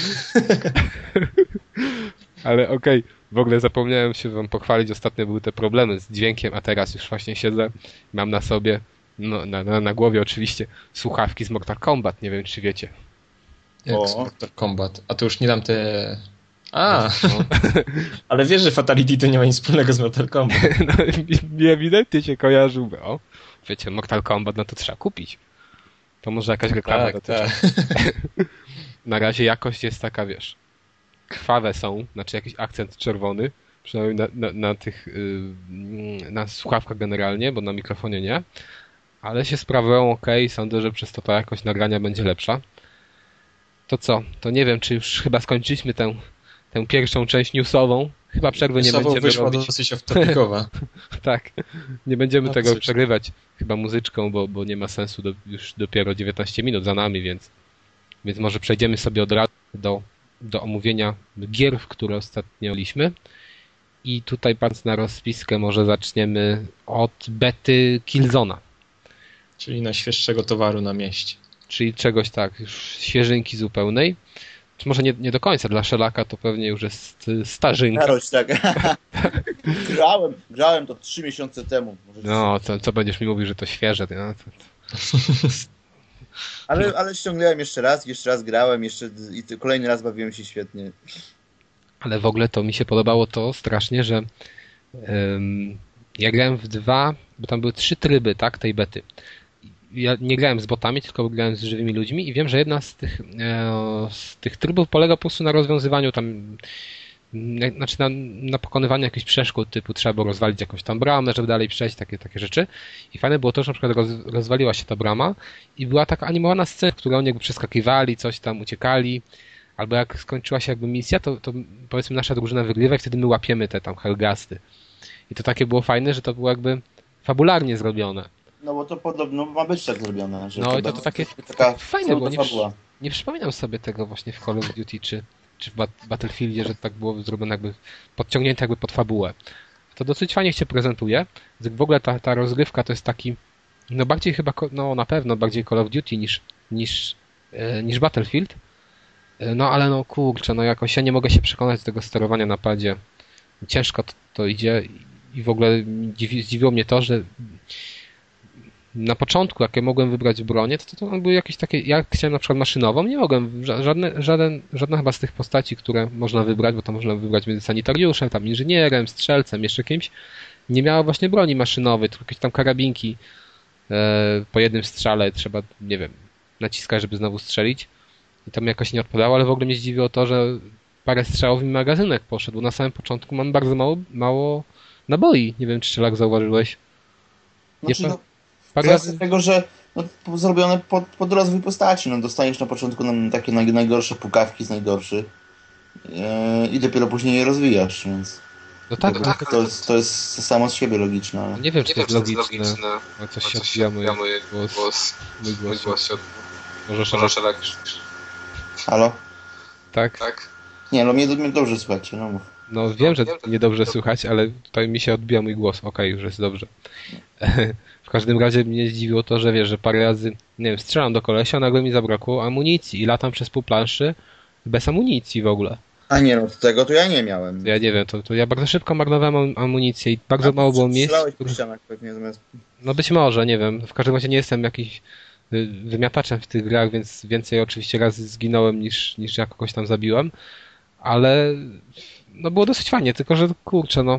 Speaker 1: Ale okej, okay. W ogóle zapomniałem się wam pochwalić, ostatnio były te problemy z dźwiękiem, a teraz już właśnie siedzę, mam na sobie, no, na, na, na głowie oczywiście, słuchawki z Mortal Kombat, nie wiem czy wiecie.
Speaker 2: Jak
Speaker 3: O.
Speaker 2: z Mortal Kombat. A to już nie dam te... A,
Speaker 1: No,
Speaker 2: ale wiesz, że Fatality to nie ma nic wspólnego z Mortal Kombat.
Speaker 1: no mi ewidentnie się kojarzył, bo o, wiecie, Mortal Kombat, no to trzeba kupić. To może jakaś reklama
Speaker 2: Tak,
Speaker 1: dotyczy.
Speaker 2: tak.
Speaker 1: Na razie jakość jest taka, wiesz, krwawe są, znaczy jakiś akcent czerwony, przynajmniej na, na, na tych, yy, na słuchawkach generalnie, bo na mikrofonie nie, ale się sprawują ok, sądzę, że przez to ta jakość nagrania będzie lepsza. To co? To nie wiem, czy już chyba skończyliśmy tę, tę pierwszą część newsową. Chyba przerwy nie
Speaker 2: Newsową
Speaker 1: będziemy
Speaker 2: wyszła
Speaker 1: robić.
Speaker 2: dosyć off-topicowa.
Speaker 1: Tak, nie będziemy
Speaker 2: No,
Speaker 1: tego
Speaker 2: coś.
Speaker 1: przerywać chyba muzyczką, bo, bo nie ma sensu, do, już dopiero dziewiętnaście minut za nami, więc, więc może przejdziemy sobie od razu do, do omówienia gier, w które ostatnio mieliśmy. I tutaj patrząc na rozpiskę może zaczniemy od bety Killzona,
Speaker 2: Czyli najświeższego towaru na mieście.
Speaker 1: czyli czegoś tak, już świeżynki zupełnej. Czy może nie, nie do końca, dla Szelaka to pewnie już jest y, starzynka.
Speaker 3: Starość, tak. grałem, grałem to trzy miesiące temu. Możecie
Speaker 1: No, co, co będziesz mi mówił, że to świeże? No, to, to...
Speaker 3: Ale, ale ściągnąłem jeszcze raz, jeszcze raz grałem, jeszcze i ty- kolejny raz bawiłem się świetnie.
Speaker 1: Ale w ogóle to mi się podobało to strasznie, że ym, Ja grałem w dwa, bo tam były trzy tryby, tak, tej bety. Ja nie grałem z botami, tylko grałem z żywymi ludźmi i wiem, że jedna z tych, e, z tych trybów polega po prostu na rozwiązywaniu tam, na, znaczy na, na pokonywaniu jakichś przeszkód, typu trzeba było rozwalić jakąś tam bramę, żeby dalej przejść, takie, takie rzeczy. I fajne było to, że na przykład roz, rozwaliła się ta brama i była taka animowana scena, w której oni jakby przeskakiwali, coś tam uciekali, albo jak skończyła się jakby misja, to, to powiedzmy nasza drużyna wygrywa i wtedy my łapiemy te tam Helgasty. I to takie było fajne, że to było jakby fabularnie zrobione.
Speaker 3: No bo to podobno ma być tak zrobione. Że
Speaker 1: No
Speaker 3: to
Speaker 1: i to, to takie
Speaker 3: taka
Speaker 1: fajne było. Nie,
Speaker 3: fabuła.
Speaker 1: nie przypominam sobie tego właśnie w Call of Duty czy, czy w Battlefieldzie, że tak było zrobione jakby podciągnięte jakby pod fabułę. To dosyć fajnie się prezentuje. W ogóle ta, ta rozgrywka to jest taki, no bardziej chyba, no na pewno bardziej Call of Duty niż, niż, e, niż Battlefield. E, no ale no kurczę, no jakoś ja nie mogę się przekonać do tego sterowania na padzie. Ciężko to, to idzie i w ogóle dziwi, zdziwiło mnie to, że na początku, jak ja mogłem wybrać bronię, to, to, to były jakieś takie, ja chciałem na przykład maszynową, nie mogłem, żadne, żaden, żadna chyba z tych postaci, które można wybrać, bo to można wybrać między sanitariuszem, tam inżynierem, strzelcem, jeszcze kimś, nie miała właśnie broni maszynowej, tylko jakieś tam karabinki e, po jednym strzale trzeba, nie wiem, naciskać, żeby znowu strzelić i to mi jakoś nie odpowiadało, ale w ogóle mnie zdziwiło to, że parę strzałów mi magazynek poszedł, na samym początku mam bardzo mało, mało naboi, nie wiem, czy Strzelak zauważyłeś.
Speaker 3: Znaczy,
Speaker 1: nie
Speaker 3: no,
Speaker 1: parę
Speaker 3: kwestia
Speaker 1: razy...
Speaker 3: tego, że no, zrobione pod, pod rozwój postaci, no dostaniesz na początku no, takie naj, najgorsze pukawki z najgorszych yy, i dopiero później je rozwijasz, więc
Speaker 1: No tak,
Speaker 3: to,
Speaker 1: tak.
Speaker 3: to, jest, to jest samo z siebie logiczne. Ale...
Speaker 1: Nie wiem, czy
Speaker 4: Nie
Speaker 1: to jest
Speaker 4: wiem,
Speaker 1: logiczne,
Speaker 4: czy to jest logiczne,
Speaker 1: a coś
Speaker 4: a
Speaker 1: się
Speaker 4: coś się
Speaker 1: odbija mój
Speaker 4: odbija mój
Speaker 1: głos.
Speaker 4: głos.
Speaker 1: Mój
Speaker 4: Mój
Speaker 1: głos.
Speaker 4: głos się
Speaker 1: Może
Speaker 4: Może
Speaker 1: szereg,
Speaker 4: szereg,
Speaker 3: Halo?
Speaker 1: tak?
Speaker 4: tak?
Speaker 3: Nie, no mnie, mnie dobrze słuchajcie, no mów.
Speaker 1: No wiem, że niedobrze słychać, ale tutaj mi się odbija mój głos. Okej, już jest dobrze. W każdym razie mnie zdziwiło to, że wiesz, że parę razy, nie wiem, strzelam do kolesia, a nagle mi zabrakło amunicji i latam przez pół planszy bez amunicji w ogóle.
Speaker 3: A nie, no tego to ja nie miałem.
Speaker 1: Ja nie wiem, to, to ja bardzo szybko marnowałem amunicję i bardzo mało było miejsc.
Speaker 3: Strzelałeś po ścianach pewnie zamiast...
Speaker 1: No być może, nie wiem. W każdym razie nie jestem jakiś y, wymiataczem w tych grach, więc więcej oczywiście razy zginąłem niż, niż ja kogoś tam zabiłem. Ale no było dosyć fajnie, tylko że kurczę, no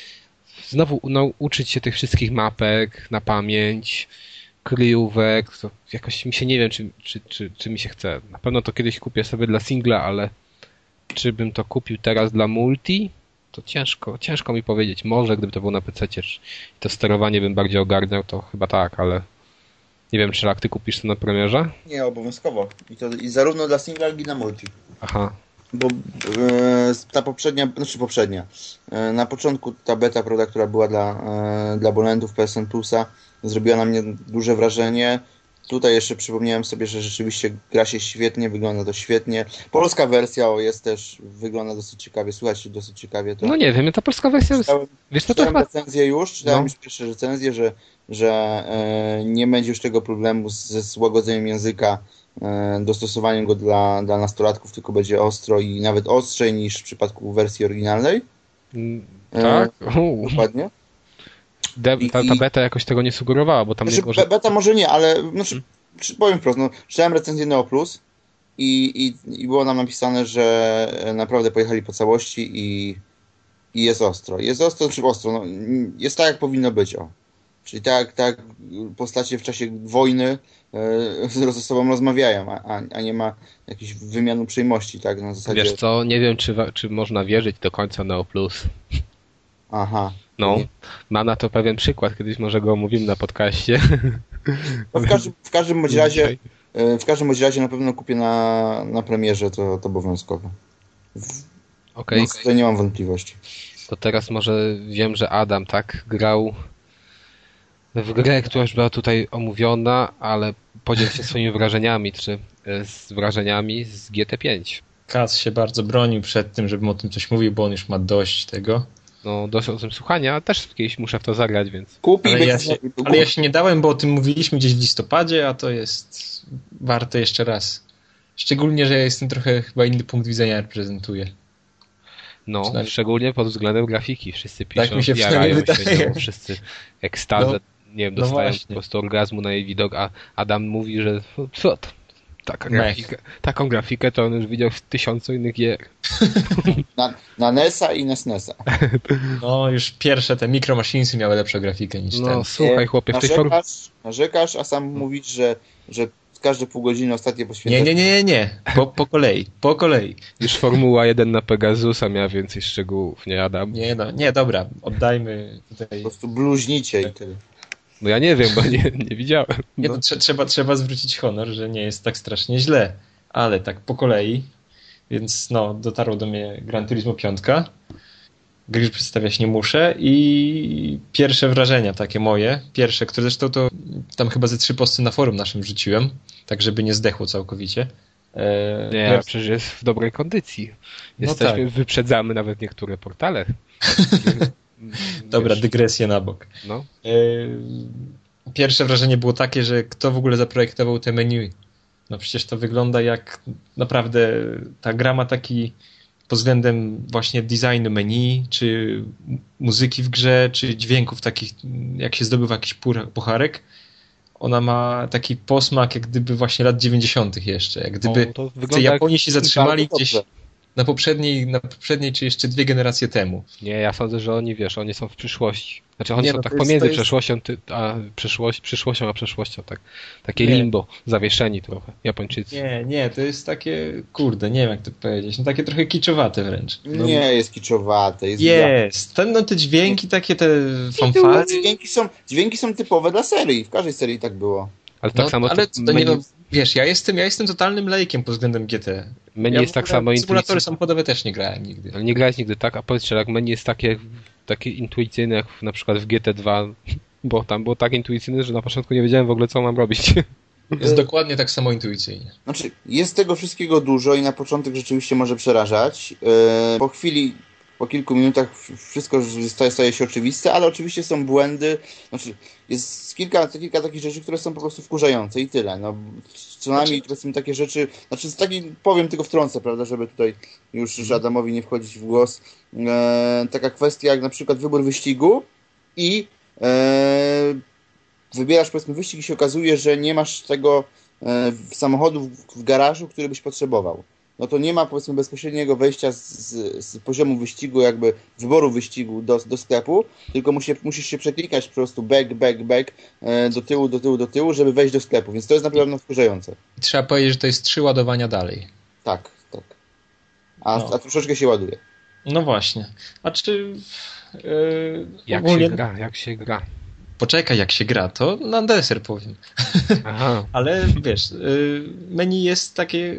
Speaker 1: znowu nauczyć się tych wszystkich mapek na pamięć, kryjówek, to jakoś mi się nie wiem, czy, czy, czy, czy mi się chce. Na pewno to kiedyś kupię sobie dla singla, ale czy bym to kupił teraz dla multi? To ciężko, ciężko mi powiedzieć. Może gdyby to było na pececie, to sterowanie bym bardziej ogarniał, to chyba tak, ale nie wiem, czy jak ty kupisz to na premierze?
Speaker 3: Nie, obowiązkowo. I to i zarówno dla singla, jak i na multi.
Speaker 1: Aha.
Speaker 3: Bo e, ta poprzednia, znaczy poprzednia, e, na początku ta beta, prawda, która była dla, e, dla abonentów P S N Plusa, zrobiła na mnie duże wrażenie. Tutaj jeszcze przypomniałem sobie, że rzeczywiście gra się świetnie, wygląda to świetnie. Polska wersja o, jest też, wygląda dosyć ciekawie, słuchajcie, dosyć ciekawie. To...
Speaker 1: No nie wiem, ta polska wersja jest...
Speaker 3: Czytałem,
Speaker 1: Wiesz co, to
Speaker 3: czytałem
Speaker 1: chyba...
Speaker 3: recenzję już, czytałem
Speaker 1: No.
Speaker 3: już pierwsze recenzje, że, że e, nie będzie już tego problemu z, ze złagodzeniem języka, e, dostosowaniem go dla, dla nastolatków, tylko będzie ostro i nawet ostrzej niż w przypadku wersji oryginalnej.
Speaker 1: Mm,
Speaker 3: E,
Speaker 1: tak?
Speaker 3: Dokładnie.
Speaker 1: De, ta, ta beta jakoś tego nie sugerowała, bo tam
Speaker 3: Znaczy,
Speaker 1: nie było, że...
Speaker 3: beta może nie, ale znaczy, hmm. powiem wprost, no, czytałem recenzję Neo Plus i, i, i było nam napisane, że naprawdę pojechali po całości i, i jest ostro. Jest ostro czy ostro? No, jest tak, jak powinno być. O. Czyli tak, tak postacie w czasie wojny e, ze sobą rozmawiają, a, a nie ma jakichś wymian uprzejmości, tak? Na zasadzie...
Speaker 1: Wiesz co, nie wiem, czy, czy można wierzyć do końca Neo Plus.
Speaker 3: Aha.
Speaker 1: No, ma na to pewien przykład, kiedyś może go omówimy na podcaście.
Speaker 3: No w, każdym, w każdym bądź razie w każdym bądź razie na pewno kupię na, na premierze, to, to obowiązkowo.
Speaker 1: Okej.
Speaker 3: Okay. No, to nie mam wątpliwości.
Speaker 1: To teraz może wiem, że Adam tak grał w grę, która już była tutaj omówiona, ale podziel się swoimi wrażeniami, czy z wrażeniami z G T pięć.
Speaker 2: Kaz się bardzo bronił przed tym, żebym o tym coś mówił, bo on już ma dość tego.
Speaker 1: No, dość o tym słuchania, a też kiedyś muszę w to zagrać, więc...
Speaker 3: Kupi,
Speaker 2: ale, ja się, ale ja się nie dałem, bo o tym mówiliśmy gdzieś w listopadzie, a to jest warte jeszcze raz. Szczególnie, że ja jestem trochę chyba inny punkt widzenia reprezentuję.
Speaker 1: No,
Speaker 2: Przynajmniej...
Speaker 1: szczególnie pod względem grafiki. Wszyscy piszą,
Speaker 2: tak mi się
Speaker 1: jarają się,
Speaker 2: wydaje.
Speaker 1: no, wszyscy ekstazę,
Speaker 2: No,
Speaker 1: nie wiem,
Speaker 2: no
Speaker 1: dostają
Speaker 2: właśnie.
Speaker 1: po prostu orgazmu na jej widok, a Adam mówi, że co to? Taka grafika, taką grafikę to on już widział w tysiącu innych gier.
Speaker 3: Na, na NES-a i na SNES-a.
Speaker 2: No już pierwsze te Micro Machinesy miały lepszą grafikę niż
Speaker 1: No
Speaker 2: ten.
Speaker 1: słuchaj chłopie, w tej formie...
Speaker 3: Narzekasz, narzekasz, a sam mówisz, że, że każde pół godziny ostatnie
Speaker 2: Nie,
Speaker 3: poświęcasz...
Speaker 2: nie, nie, nie, nie. Po, po kolei, po kolei.
Speaker 1: Już Formuła jeden na Pegasusa miała więcej szczegółów, nie Adam?
Speaker 2: Nie, no, nie, dobra, oddajmy tutaj...
Speaker 3: Po prostu bluźnicie i tyle.
Speaker 1: No ja nie wiem, bo nie, nie widziałem.
Speaker 2: Nie,
Speaker 1: No.
Speaker 2: no, trze- trzeba, trzeba zwrócić honor, że nie jest tak strasznie źle, ale tak po kolei, więc no, dotarło do mnie Gran Turismo pięć. Gry już przedstawiać nie muszę i pierwsze wrażenia takie moje, pierwsze, które zresztą to tam chyba ze trzy posty na forum naszym wrzuciłem, tak żeby nie zdechło całkowicie. Eee,
Speaker 1: Nie,
Speaker 2: teraz-
Speaker 1: przecież jest w dobrej kondycji.
Speaker 2: No
Speaker 1: Jesteśmy,
Speaker 2: tak.
Speaker 1: wyprzedzamy nawet niektóre portale.
Speaker 2: Dobra,
Speaker 1: Wiesz,
Speaker 2: dygresję na bok.
Speaker 1: no.
Speaker 2: Eee, Pierwsze wrażenie było takie, że kto w ogóle zaprojektował te menu. No przecież to wygląda jak naprawdę ta gra ma taki pod względem właśnie designu menu, czy muzyki w grze, czy dźwięków takich, jak się zdobywa jakiś pur- pucharek. Ona ma taki posmak jak gdyby właśnie lat dziewięćdziesiątych jeszcze. Jak gdyby
Speaker 1: O, to
Speaker 2: w
Speaker 1: wygląda
Speaker 2: tej
Speaker 1: jak...
Speaker 2: Japonii się zatrzymali
Speaker 3: Bardzo
Speaker 2: gdzieś
Speaker 3: dobrze.
Speaker 2: na poprzedniej, na poprzedniej, czy jeszcze dwie generacje temu.
Speaker 1: Nie, ja sądzę, że oni, wiesz, oni są w przyszłości. Znaczy oni
Speaker 2: Nie,
Speaker 1: są
Speaker 2: no
Speaker 1: tak
Speaker 2: to jest-
Speaker 1: pomiędzy
Speaker 2: to jest-
Speaker 1: przeszłością, ty, a przyszłość, przyszłością a przeszłością, tak. Takie
Speaker 2: Nie.
Speaker 1: limbo, zawieszeni trochę, Japończycy.
Speaker 2: Nie, nie, to jest takie, kurde, nie wiem jak to powiedzieć, no takie trochę kiczowate wręcz. No,
Speaker 3: Nie, jest kiczowate. Jest
Speaker 2: jest, ten, no te dźwięki, takie te
Speaker 3: No,
Speaker 2: fanfary.
Speaker 3: dźwięki, są, dźwięki są typowe dla serii. W każdej serii tak było.
Speaker 1: Ale tak
Speaker 2: No,
Speaker 1: samo
Speaker 2: ale
Speaker 1: to
Speaker 2: to nie,
Speaker 1: menu,
Speaker 2: no, wiesz, ja jestem, ja jestem totalnym lejkiem pod względem G T.
Speaker 1: menu
Speaker 2: ja
Speaker 1: jest
Speaker 2: w
Speaker 1: tak
Speaker 2: ogóle
Speaker 1: samo
Speaker 2: w Symulatory
Speaker 1: intuicyjne.
Speaker 2: samochodowe też nie grałem nigdy.
Speaker 1: Ale nie grałeś nigdy tak, a powiedz szczerze, jak menu jest takie, takie intuicyjne jak w- na przykład w G T dwa, bo tam było tak intuicyjne, że na początku nie wiedziałem w ogóle co mam robić.
Speaker 2: Jest dokładnie tak samo intuicyjnie.
Speaker 3: Znaczy, jest tego wszystkiego dużo i na początek rzeczywiście może przerażać. Yy, po chwili, po kilku minutach wszystko staje, staje się oczywiste, ale oczywiście są błędy. Znaczy, jest kilka, kilka takich rzeczy, które są po prostu wkurzające i tyle. No, co najmniej to są takie rzeczy, znaczy z taki, powiem tylko wtrącę, prawda, żeby tutaj już że Adamowi nie wchodzić w głos. Yy, taka kwestia jak na przykład wybór wyścigu i yy, wybierasz powiedzmy wyścig i się okazuje, że nie masz tego e, samochodu w, w garażu, który byś potrzebował. No to nie ma powiedzmy bezpośredniego wejścia z, z, z poziomu wyścigu, jakby wyboru wyścigu do, do sklepu, tylko musi, musisz się przeklikać po prostu back, back, back e, do tyłu, do tyłu, do tyłu, żeby wejść do sklepu, więc to jest naprawdę wkurzające.
Speaker 2: I trzeba powiedzieć, że to jest trzy ładowania dalej.
Speaker 3: Tak, tak. A,
Speaker 2: No.
Speaker 3: a troszeczkę się ładuje.
Speaker 2: No właśnie. A czy... Yy,
Speaker 1: Jak
Speaker 2: ogólnie,
Speaker 1: się gra, jak się gra.
Speaker 2: poczekaj jak się gra, to na deser powiem.
Speaker 1: Aha.
Speaker 2: Ale wiesz, yy, menu jest takie...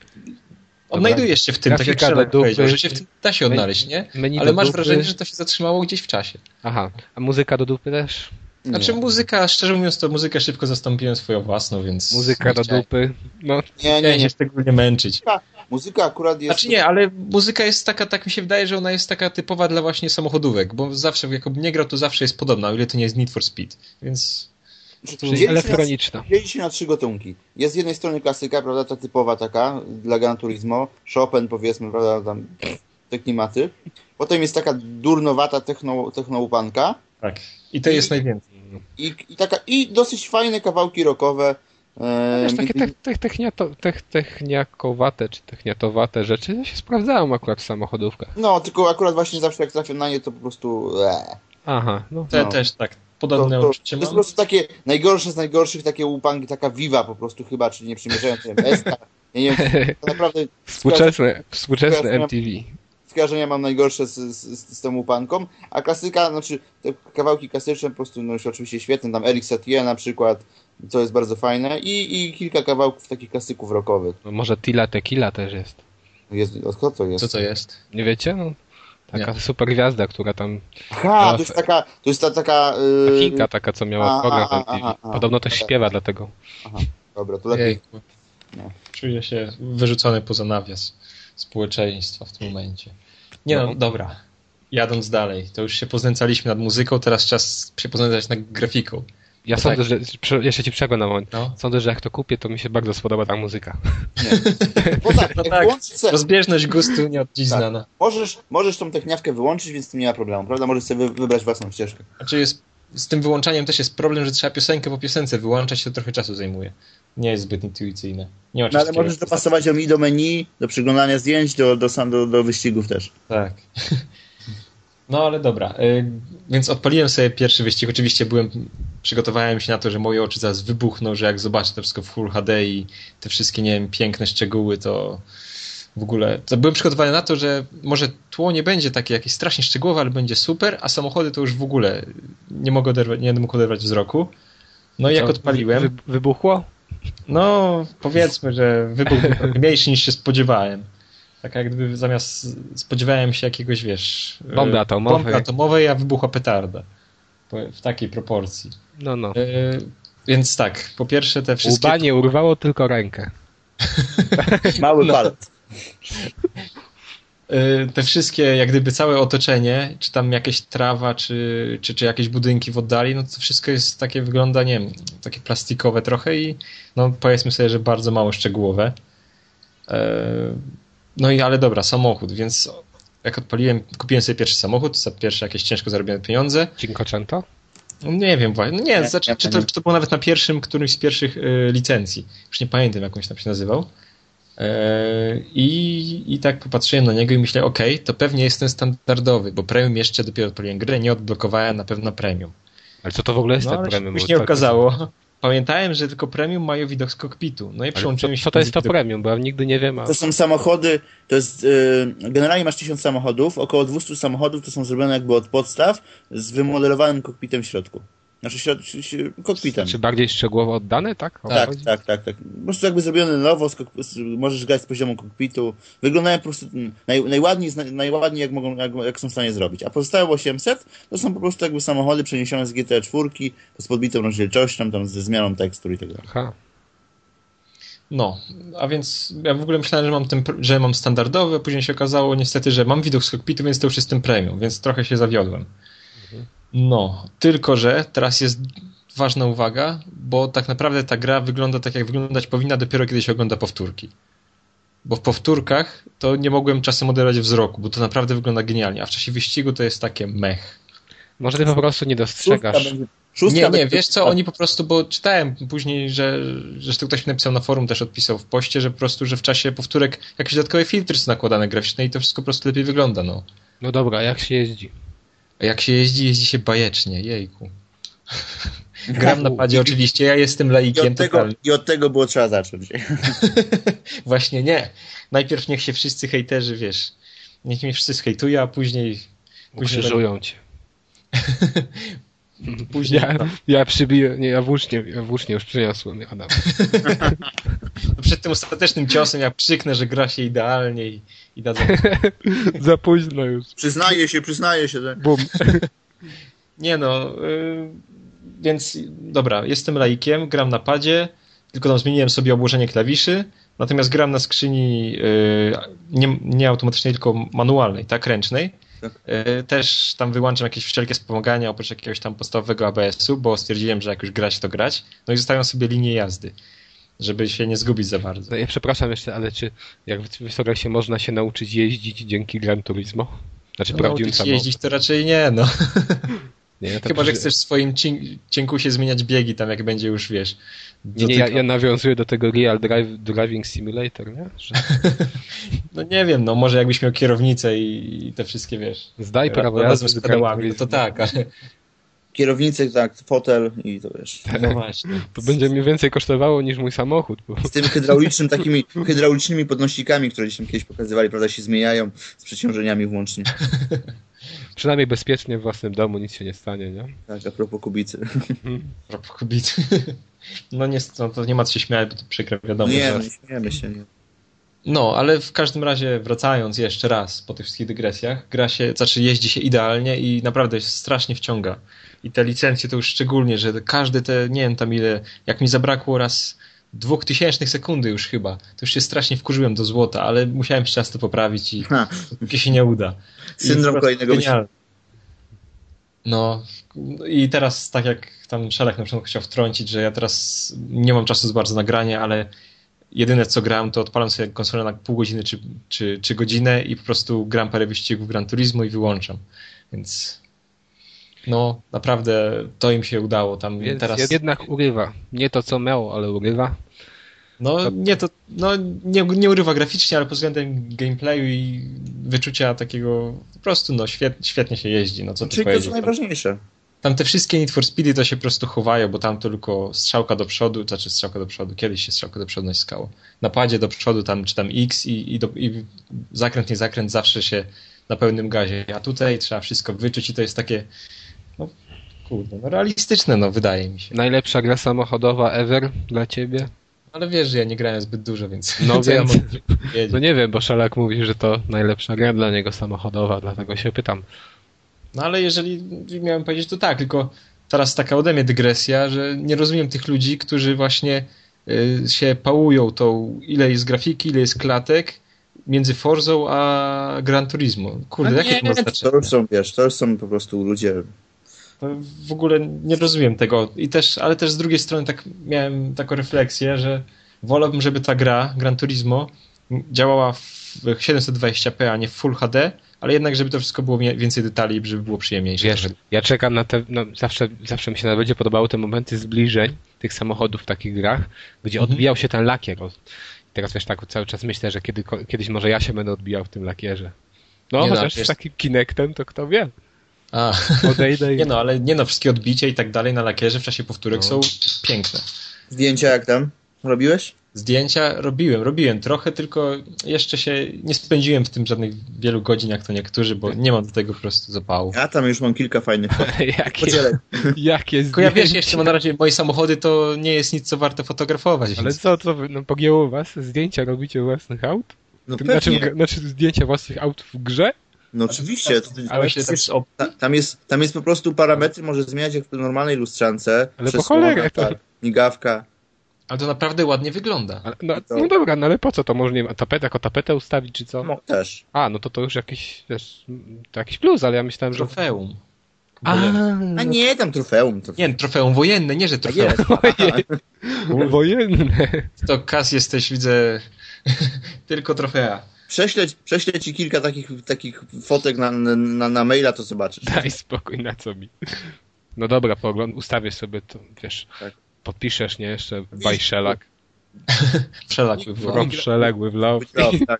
Speaker 2: Odnajdujesz się w tym, tak jak
Speaker 1: Grafika do
Speaker 2: Szelek
Speaker 1: dupy.
Speaker 2: powiedział, że się w tym da się
Speaker 1: Menu-
Speaker 2: odnaleźć, nie?
Speaker 1: Menu
Speaker 2: Ale
Speaker 1: do
Speaker 2: masz
Speaker 1: dupy.
Speaker 2: wrażenie, że to się zatrzymało gdzieś w czasie.
Speaker 1: Aha. A muzyka do dupy też?
Speaker 2: Znaczy
Speaker 3: Nie.
Speaker 2: muzyka, szczerze mówiąc, to muzykę szybko zastąpiłem swoją własną, więc...
Speaker 1: Muzyka do
Speaker 2: chciałem-
Speaker 1: dupy. No,
Speaker 3: Nie,
Speaker 2: Nie,
Speaker 3: nie,
Speaker 2: nie
Speaker 3: nie.
Speaker 2: szczególnie męczyć.
Speaker 3: Muzyka akurat jest...
Speaker 2: Znaczy nie, ale muzyka jest taka, tak mi się wydaje, że ona jest taka typowa dla właśnie samochodówek, bo zawsze, jakbym nie grał, to zawsze jest podobna, o ile to nie jest Need for Speed, więc...
Speaker 1: czyli
Speaker 3: Dzieli się na-
Speaker 1: elektroniczna.
Speaker 3: Dzieli się na trzy gatunki. Jest z jednej strony klasyka, prawda, ta typowa taka dla Gran Turismo, Chopin powiedzmy, prawda, tam te klimaty. Potem jest taka durnowata techno, technoupanka
Speaker 2: Tak. I to jest najwięcej.
Speaker 3: i, i, taka, i dosyć fajne kawałki rockowe. E,
Speaker 1: Wiesz, takie
Speaker 3: między-
Speaker 1: te, te, techniato, te, techniakowate czy techniatowate rzeczy się sprawdzają akurat w samochodówkach.
Speaker 3: No, tylko akurat właśnie zawsze jak trafię na nie, to po prostu... Ee.
Speaker 1: Aha, no.
Speaker 2: Te
Speaker 3: No.
Speaker 2: też tak,
Speaker 3: To,
Speaker 2: podobne
Speaker 3: to,
Speaker 2: odczucie
Speaker 3: to jest po
Speaker 2: mam.
Speaker 3: prostu takie najgorsze z najgorszych, takie łupanki, taka Viva po prostu chyba, czyli nie przymierzając M S K. Ja nie wiem, to naprawdę
Speaker 1: Współczesne, współczesne
Speaker 3: Skojarzenia-
Speaker 1: M T V.
Speaker 3: skojarzenia mam najgorsze z, z, z, z tą łupanką, a klasyka, znaczy te kawałki klasyczne po prostu, no już oczywiście świetne, tam Eric Satie na przykład, co jest bardzo fajne i, i kilka kawałków takich klasyków rockowych.
Speaker 1: No może Tila Tequila też jest.
Speaker 3: Jest, o, co to jest?
Speaker 2: Co to jest?
Speaker 1: Nie wiecie? No, taka super gwiazda, która tam...
Speaker 3: Aha, to jest taka, to jest ta taka... Yy...
Speaker 1: Chinka taka, co miała
Speaker 3: a,
Speaker 1: program w
Speaker 3: a,
Speaker 1: M T V.
Speaker 3: a, a, a.
Speaker 1: Podobno też śpiewa dlatego.
Speaker 3: Aha, dobra, to lepiej.
Speaker 2: Jejku.
Speaker 3: No.
Speaker 2: Czuję się wyrzucony poza nawias społeczeństwa w tym momencie. Nie no,
Speaker 1: No.
Speaker 2: dobra. Jadąc dalej, to już się poznęcaliśmy nad muzyką, teraz czas się poznęcać nad grafiką.
Speaker 1: Ja
Speaker 2: No
Speaker 1: sądzę,
Speaker 2: tak.
Speaker 1: że... prze- Jeszcze ci przerwę na moment.
Speaker 2: No.
Speaker 1: Sądzę, że jak to kupię, to mi się bardzo spodoba ta muzyka.
Speaker 3: Bo tak,
Speaker 2: No
Speaker 3: jak
Speaker 2: tak,
Speaker 3: włączysz se,
Speaker 2: rozbieżność gustu nie od dziś
Speaker 3: Tak.
Speaker 2: znana.
Speaker 3: możesz, możesz tą techniawkę wyłączyć, więc tu nie ma problemu, prawda? Możesz sobie wy- wybrać własną ścieżkę.
Speaker 2: Znaczy jest z tym wyłączaniem też jest problem, że trzeba piosenkę po piosence wyłączać, to trochę czasu zajmuje. Nie jest zbyt intuicyjne. Nie ma
Speaker 3: no ale możesz dopasować ją i do menu, do przeglądania zdjęć, do, do, do, do wyścigów też.
Speaker 2: Tak. No ale dobra, y, więc odpaliłem sobie pierwszy wyścig. Oczywiście byłem, przygotowałem się na to, że moje oczy zaraz wybuchną, że jak zobaczę to wszystko w Full H D i te wszystkie, nie wiem, piękne szczegóły, to w ogóle... To byłem przygotowany na to, że może tło nie będzie takie jakieś strasznie szczegółowe, ale będzie super, a samochody to już w ogóle nie mogę oderwać, nie będę mógł oderwać wzroku. No i jak odpaliłem...
Speaker 1: Wy, wybuchło?
Speaker 2: No, powiedzmy, że wybuch był mniejszy niż się spodziewałem. Tak jak gdyby zamiast spodziewałem się jakiegoś, wiesz...
Speaker 1: Bomby atomowej.
Speaker 2: Bomby atomowej, a wybuchła petarda. W takiej proporcji.
Speaker 1: No, no.
Speaker 2: Yy, więc tak, po pierwsze te wszystkie...
Speaker 1: Łba nie urwało, tylko rękę.
Speaker 3: Mały
Speaker 2: no.
Speaker 3: palec.
Speaker 2: Yy, te wszystkie, jak gdyby całe otoczenie, czy tam jakieś trawa, czy, czy, czy jakieś budynki w oddali, no to wszystko jest takie, wygląda, nie wiem, takie plastikowe trochę i no powiedzmy sobie, że bardzo mało szczegółowe. Yy, no i ale dobra, samochód, więc jak odpaliłem, kupiłem sobie pierwszy samochód, za pierwsze jakieś ciężko zarobione pieniądze.
Speaker 1: Cinquecento?
Speaker 2: No nie wiem właśnie, no nie,
Speaker 3: nie,
Speaker 2: znaczy,
Speaker 3: nie,
Speaker 2: czy, to, czy to było nawet na pierwszym, którymś z pierwszych y, licencji. Już nie pamiętam, jak on się tam się nazywał. E, i, I tak popatrzyłem na niego i myślę, okej, okay, to pewnie jest ten standardowy, bo premium jeszcze dopiero odpaliłem grę, nie odblokowałem na pewno premium.
Speaker 1: Ale co to w ogóle jest
Speaker 2: no,
Speaker 1: ten
Speaker 2: ale
Speaker 1: premium?
Speaker 2: Już nie okazało. Pamiętałem, że tylko premium mają widok z kokpitu. No i przełączyłem
Speaker 1: co,
Speaker 2: się...
Speaker 1: Co to jest to
Speaker 2: widok...
Speaker 1: premium? Bo ja nigdy nie wiem. A...
Speaker 3: To są samochody, to jest, yy, generalnie masz tysiąc samochodów, około dwieście samochodów to są zrobione jakby od podstaw z wymodelowanym kokpitem w środku. Znaczy środ, kokpitem.
Speaker 1: Czy bardziej szczegółowo oddane, tak? O,
Speaker 3: tak, tak, tak, tak. Po prostu jakby zrobione nowo, z, możesz grać z poziomu kokpitu. Wyglądają po prostu naj, najładniej, najładniej jak, mogą, jak, jak są w stanie zrobić. A pozostałe osiemset to są po prostu jakby samochody przeniesione z G T A cztery z podbitą rozdzielczością, tam ze zmianą tekstur i tak dalej.
Speaker 1: Aha.
Speaker 2: No, a więc ja w ogóle myślałem, że mam, ten, że mam standardowy, a później się okazało niestety, że mam widok z kokpitu, więc to już jest ten premium, więc trochę się zawiodłem. Mhm. No, tylko że teraz jest ważna uwaga, bo tak naprawdę ta gra wygląda tak, jak wyglądać powinna dopiero kiedy się ogląda powtórki. Bo w powtórkach to nie mogłem czasem oderwać wzroku, bo to naprawdę wygląda genialnie, a w czasie wyścigu to jest takie mech.
Speaker 1: Może ty po prostu nie dostrzegasz.
Speaker 2: Szóstka nie, nie, wiesz co, oni po prostu, bo czytałem później, że zresztą ktoś mi napisał na forum, też odpisał w poście, że po prostu, że w czasie powtórek jakieś dodatkowe filtry są nakładane graficzne i to wszystko po prostu lepiej wygląda, no.
Speaker 1: No dobra, jak się jeździ?
Speaker 2: A jak się jeździ, jeździ się bajecznie, jejku. Gram na padzie oczywiście, ja jestem laikiem.
Speaker 3: I od tego, i od tego było trzeba zacząć.
Speaker 2: Właśnie nie. Najpierw niech się wszyscy hejterzy, wiesz, niech mnie wszyscy hejtują, a później...
Speaker 1: Ukrzyżują
Speaker 2: później...
Speaker 1: cię.
Speaker 2: Później,
Speaker 1: ja, ja przybiję, nie, ja włócznie, ja włócznie już przyniosłem, Adam.
Speaker 2: Przed tym ostatecznym ciosem ja przyknę, że gra się idealnie i, i dadzą...
Speaker 1: Za późno już.
Speaker 3: Przyznaję się, przyznaję się. Że...
Speaker 2: Bum. Nie no, yy, więc dobra, jestem laikiem, gram na padzie, tylko tam zmieniłem sobie obłożenie klawiszy, natomiast gram na skrzyni yy, nie, nie automatycznej, tylko manualnej, tak, ręcznej. Tak. Też tam wyłączam jakieś wszelkie wspomagania oprócz jakiegoś tam podstawowego A B S-u, bo stwierdziłem, że jak już grać, to grać. No i zostawiam sobie linię jazdy, żeby się nie zgubić za bardzo.
Speaker 1: No ja przepraszam jeszcze, ale czy jak w Wysokiej się można się nauczyć jeździć dzięki Gran Turismo? Znaczy
Speaker 2: no,
Speaker 1: prawdziwym samochodem?
Speaker 2: jeździć to raczej nie, no.
Speaker 1: Nie,
Speaker 2: Chyba, że chcesz w swoim cienkusie zmieniać biegi tam, jak będzie już, wiesz...
Speaker 1: Nie, nie ja, ja nawiązuję do tego Real Drive, Driving Simulator, nie? Że...
Speaker 2: No nie wiem, no może jakbyś miał kierownicę i, i te wszystkie, wiesz...
Speaker 1: Zdaj prawo jazdy z
Speaker 2: pedałami, no to tak, ale...
Speaker 3: Kierownicę, tak, fotel i to wiesz.
Speaker 2: No właśnie.
Speaker 1: To będzie mi więcej kosztowało niż mój samochód. Bo...
Speaker 3: Z tymi hydraulicznymi, takimi hydraulicznymi podnośnikami, które gdzieś tam kiedyś pokazywali, prawda, się zmieniają z przeciążeniami włącznie.
Speaker 1: Przynajmniej bezpiecznie w własnym domu, nic się nie stanie, nie?
Speaker 3: Tak, a propos kubicy.
Speaker 2: A propos kubicy. No nie, no to nie ma co się śmiać, bo to przykre, wiadomo.
Speaker 3: Nie,
Speaker 2: że...
Speaker 3: no, nie śmiejemy się, nie.
Speaker 2: No, ale w każdym razie wracając jeszcze raz po tych wszystkich dygresjach, gra się, znaczy jeździ się idealnie i naprawdę strasznie wciąga. I te licencje to już szczególnie, że każde te, nie wiem tam ile, jak mi zabrakło raz dwóch tysięcznych sekundy już chyba, to już się strasznie wkurzyłem do złota, ale musiałem jeszcze raz to poprawić i póki się nie uda.
Speaker 3: Syndrom kolejnego
Speaker 2: genialne. No i teraz tak jak tam Szelek na przykład chciał wtrącić, że ja teraz nie mam czasu za bardzo na granie, ale jedyne co gram, to odpalam sobie konsolę na pół godziny czy, czy, czy godzinę i po prostu gram parę wyścigów Gran Turismo i wyłączam. Więc No, naprawdę to im się udało. Tam
Speaker 1: Więc
Speaker 2: teraz...
Speaker 1: jednak urywa. Nie to, co miało, ale urywa.
Speaker 2: No,
Speaker 1: to...
Speaker 2: nie to, no, nie, nie urywa graficznie, ale pod względem gameplayu i wyczucia takiego, po prostu, no, świet, świetnie się jeździ. No, co ty
Speaker 3: Czyli to
Speaker 2: powiedzieć?
Speaker 3: jest najważniejsze.
Speaker 2: Tam te wszystkie Need for Speedy to się po prostu chowają, bo tam tylko strzałka do przodu, to znaczy strzałka do przodu, kiedyś się strzałka do przodu naciskało. Na padzie do przodu tam, czy tam X i, i, do, i zakręt, nie zakręt zawsze się na pełnym gazie. A tutaj trzeba wszystko wyczuć i to jest takie, no kurde, no realistyczne, no wydaje mi się.
Speaker 1: Najlepsza gra samochodowa ever dla ciebie?
Speaker 2: Ale wiesz, że ja nie grałem zbyt dużo, więc...
Speaker 1: No
Speaker 2: co
Speaker 1: więc,
Speaker 2: ja mogę wiedzieć?
Speaker 1: no nie wiem, bo Szelak mówi, że to najlepsza gra dla niego samochodowa, dlatego się pytam.
Speaker 2: No ale jeżeli miałem powiedzieć, to tak, tylko teraz taka ode mnie dygresja, że nie rozumiem tych ludzi, którzy właśnie y, się pałują tą, ile jest grafiki, ile jest klatek między Forzą a Gran Turismo. Kurde,
Speaker 3: A
Speaker 2: jakie
Speaker 3: nie,
Speaker 2: to ma
Speaker 3: to
Speaker 2: znaczenie?
Speaker 3: już są, wiesz, to już są po prostu ludzie.
Speaker 2: To w ogóle nie rozumiem tego. I też, ale też z drugiej strony tak miałem taką refleksję, że wolałbym, żeby ta gra, Gran Turismo, działała w siedemset dwadzieścia p, a nie w Full H D, ale jednak, żeby to wszystko było więcej detali, żeby było przyjemniejsze.
Speaker 1: Wiesz, ja czekam na te, no, zawsze, zawsze mi się nawet będzie podobały te momenty zbliżeń tych samochodów w takich grach, gdzie
Speaker 2: Mhm.
Speaker 1: odbijał się ten lakier. Teraz wiesz, tak cały czas myślę, że kiedy, kiedyś może ja się będę odbijał w tym lakierze. No,
Speaker 2: Nie no,
Speaker 1: chociaż
Speaker 2: wiesz-
Speaker 1: z takim Kinectem, to kto wie.
Speaker 2: A,
Speaker 1: Odejdę i...
Speaker 2: nie no, ale nie no, wszystkie odbicia i tak dalej na lakierze w czasie powtórek
Speaker 1: No.
Speaker 2: są piękne.
Speaker 3: Zdjęcia jak tam? Robiłeś?
Speaker 2: Zdjęcia robiłem, robiłem trochę, tylko jeszcze się nie spędziłem w tym żadnych wielu godzin jak to niektórzy, bo nie mam do tego po prostu zapału.
Speaker 3: Ja tam już mam kilka fajnych fotek.
Speaker 1: jakie,
Speaker 3: Podzielę.
Speaker 1: jakie
Speaker 2: Tylko ja wiesz,
Speaker 1: zdjęcia.
Speaker 2: jeszcze na razie moje samochody to nie jest nic, co warto fotografować.
Speaker 1: Ale
Speaker 2: Więc...
Speaker 1: co, co wy, no pogięło was? Zdjęcia robicie własnych aut?
Speaker 3: No
Speaker 1: Znaczy,
Speaker 3: pewnie.
Speaker 1: w- znaczy zdjęcia własnych aut w grze?
Speaker 3: No oczywiście. To,
Speaker 2: Ale właśnie tak
Speaker 3: przecież
Speaker 2: z op-
Speaker 3: ta, tam, jest, tam jest po prostu parametry, może zmieniać jak w normalnej lustrzance.
Speaker 1: Ale po
Speaker 3: Przesłona,
Speaker 1: cholerę to-
Speaker 3: tak, migawka.
Speaker 2: Ale to naprawdę ładnie wygląda.
Speaker 1: Ale, no,
Speaker 3: To-
Speaker 1: no dobra, no ale po co to? Może nie wiem, tapetę jako tapetę ustawić, czy co?
Speaker 3: No też.
Speaker 1: A, no to to już jakiś, wiesz, to jakiś plus, ale ja myślałem, że...
Speaker 2: Trofeum.
Speaker 1: A,
Speaker 3: A nie, tam trofeum. To...
Speaker 2: Nie, trofeum wojenne, nie, że
Speaker 3: Tak
Speaker 2: trofeum.
Speaker 3: jest.
Speaker 1: no, wojenne.
Speaker 2: To Kas jesteś, widzę, tylko trofea.
Speaker 3: Prześlę, prześlę ci kilka takich, takich fotek na, na, na maila, to zobaczysz.
Speaker 1: Daj spokój, na co mi. No dobra, pogląd, ustawię sobie to, wiesz,
Speaker 3: Tak.
Speaker 1: podpiszesz, nie, jeszcze by Szelak.
Speaker 2: Wszelak
Speaker 1: From Szelak with love.
Speaker 3: No, tak.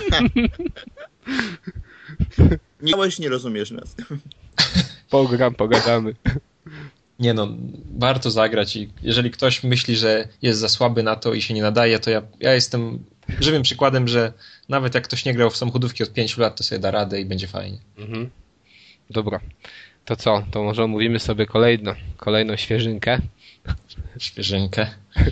Speaker 3: Nie miałeś, nie rozumiesz nas.
Speaker 1: Pogram, pogadamy.
Speaker 2: Nie no, warto zagrać i jeżeli ktoś myśli, że jest za słaby na to i się nie nadaje, to ja, ja jestem żywym przykładem, że nawet jak ktoś nie grał w samochodówki od pięciu lat, to sobie da radę i będzie fajnie.
Speaker 1: Mhm. Dobra. To co? To może omówimy sobie kolejno, kolejną świeżynkę.
Speaker 2: Świeżynkę.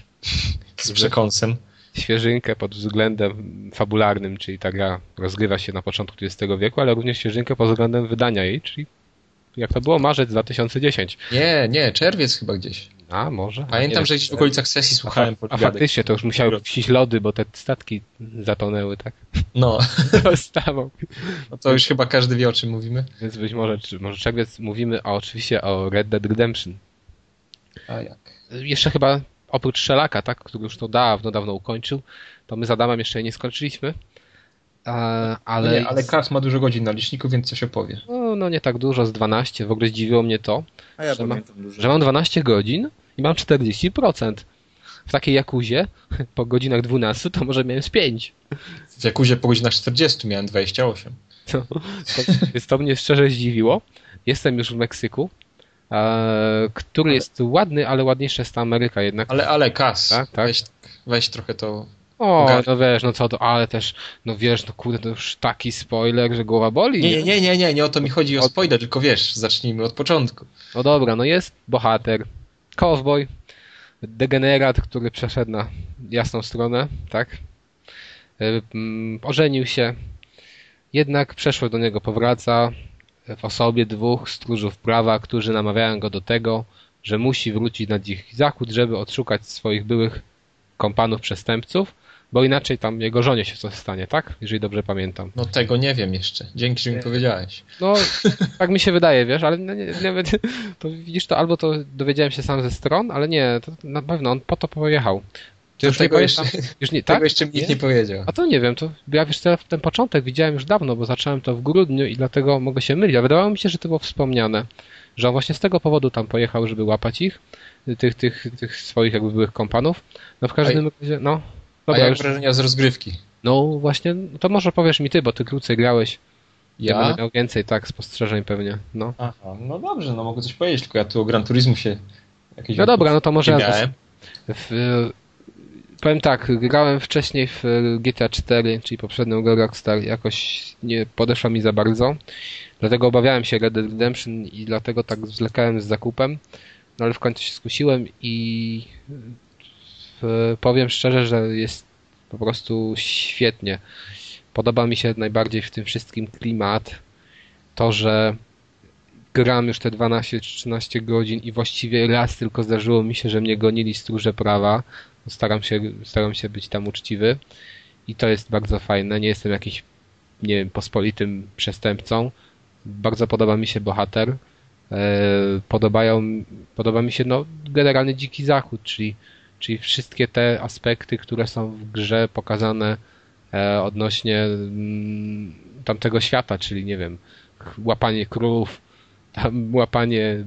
Speaker 2: Z przekąsem.
Speaker 1: Świeżynkę pod względem fabularnym, czyli ta gra rozgrywa się na początku dwudziestego wieku, ale również świeżynkę pod względem wydania jej, czyli jak to było? Marzec dwa tysiące dziesiąty.
Speaker 2: Nie, nie, czerwiec chyba gdzieś.
Speaker 1: A, może?
Speaker 2: Pamiętam,
Speaker 1: Nie
Speaker 2: że
Speaker 1: wiem.
Speaker 2: gdzieś w okolicach sesji
Speaker 1: A,
Speaker 2: słuchałem
Speaker 1: fa- a
Speaker 2: podgadek.
Speaker 1: faktycznie to już musiały wsić lody, bo te statki zatonęły, tak?
Speaker 2: No,
Speaker 1: Dostawą.
Speaker 2: no to już chyba każdy wie, o czym mówimy.
Speaker 1: Więc być może, czy, może czerwiec mówimy o, oczywiście o Red Dead Redemption.
Speaker 2: A jak?
Speaker 1: Jeszcze chyba oprócz Szelaka, tak, który już to dawno, dawno ukończył, to my z Adamem jeszcze nie skończyliśmy. A, ale,
Speaker 2: Ale, nie, ale Kas ma dużo godzin na liczniku, więc coś opowie.
Speaker 1: No, no nie tak dużo, z dwanaście. W ogóle zdziwiło mnie to,
Speaker 3: A ja
Speaker 1: Że ma-
Speaker 3: pamiętam dużo.
Speaker 1: że mam dwanaście godzin i mam czterdzieści procent. W takiej Jakuzie po godzinach dwunastu to może miałem z pięć.
Speaker 2: W Jakuzie po godzinach czterdziestu miałem dwadzieścia osiem.
Speaker 1: To, to, więc to mnie szczerze zdziwiło. Jestem już w Meksyku, e, który jest ładny, ale ładniejsza jest ta Ameryka jednak.
Speaker 2: Ale, ale Kas,
Speaker 1: Tak, tak.
Speaker 2: Weź, weź trochę to...
Speaker 1: O,
Speaker 2: Ogar-
Speaker 1: no wiesz, no co to, ale też, no wiesz, no kurde, to już taki spoiler, że głowa boli.
Speaker 2: Nie, nie, nie, nie, nie, nie o to mi chodzi o spoiler, tylko wiesz, zacznijmy od początku.
Speaker 1: No dobra, no jest bohater, cowboy, degenerat, który przeszedł na jasną stronę, tak? Y, mm, Ożenił się, jednak przeszłość do niego powraca w osobie dwóch stróżów prawa, którzy namawiają go do tego, że musi wrócić na dziki zachód, żeby odszukać swoich byłych kompanów przestępców, bo inaczej tam jego żonie się coś stanie, tak? Jeżeli dobrze pamiętam.
Speaker 2: No tego nie wiem jeszcze. Dzięki, że mi powiedziałeś.
Speaker 1: No, tak mi się wydaje, wiesz, ale nie, nie, nie, to widzisz, to albo to dowiedziałem się sam ze stron, ale nie, to na pewno on po to pojechał. To już nie
Speaker 2: tego
Speaker 1: pamiętam,
Speaker 2: jeszcze-
Speaker 1: już nie,
Speaker 2: Tego
Speaker 1: tak?
Speaker 2: jeszcze mi nikt nie powiedział.
Speaker 1: A to nie wiem, to ja wiesz, ten, ten początek widziałem już dawno, bo zacząłem to w grudniu i dlatego mogę się mylić, a wydawało mi się, że to było wspomniane, że on właśnie z tego powodu tam pojechał, żeby łapać ich, tych, tych, tych swoich jakby byłych kompanów. No w każdym razie, no.
Speaker 2: Dobra, a jak już... wrażenia z rozgrywki?
Speaker 1: No właśnie, to może powiesz mi ty, bo ty krócej grałeś.
Speaker 2: Ja?
Speaker 1: Ja będę miał więcej, tak, spostrzeżeń pewnie, no.
Speaker 2: Aha, no dobrze, no mogę coś powiedzieć, tylko ja tu o Gran Turismo się jakieś...
Speaker 1: No dobra, no to może ja
Speaker 2: miałem.
Speaker 1: W, powiem tak, grałem wcześniej w G T A cztery, czyli poprzednią grę Rockstar, jakoś nie podeszła mi za bardzo, dlatego obawiałem się Red Dead Redemption i dlatego tak zwlekałem z zakupem, no ale w końcu się skusiłem i w, powiem szczerze, że jest po prostu świetnie. Podoba mi się najbardziej w tym wszystkim klimat, to, że gram już te dwanaście czy trzynaście godzin i właściwie raz tylko zdarzyło mi się, że mnie gonili stróże prawa. Staram się, staram się być tam uczciwy i to jest bardzo fajne. Nie jestem jakiś, nie wiem, pospolitym przestępcą. Bardzo podoba mi się bohater. Podobają, podoba mi się no, generalny Dziki Zachód, czyli, czyli wszystkie te aspekty, które są w grze pokazane odnośnie tamtego świata, czyli nie wiem, łapanie krów, tam łapanie e,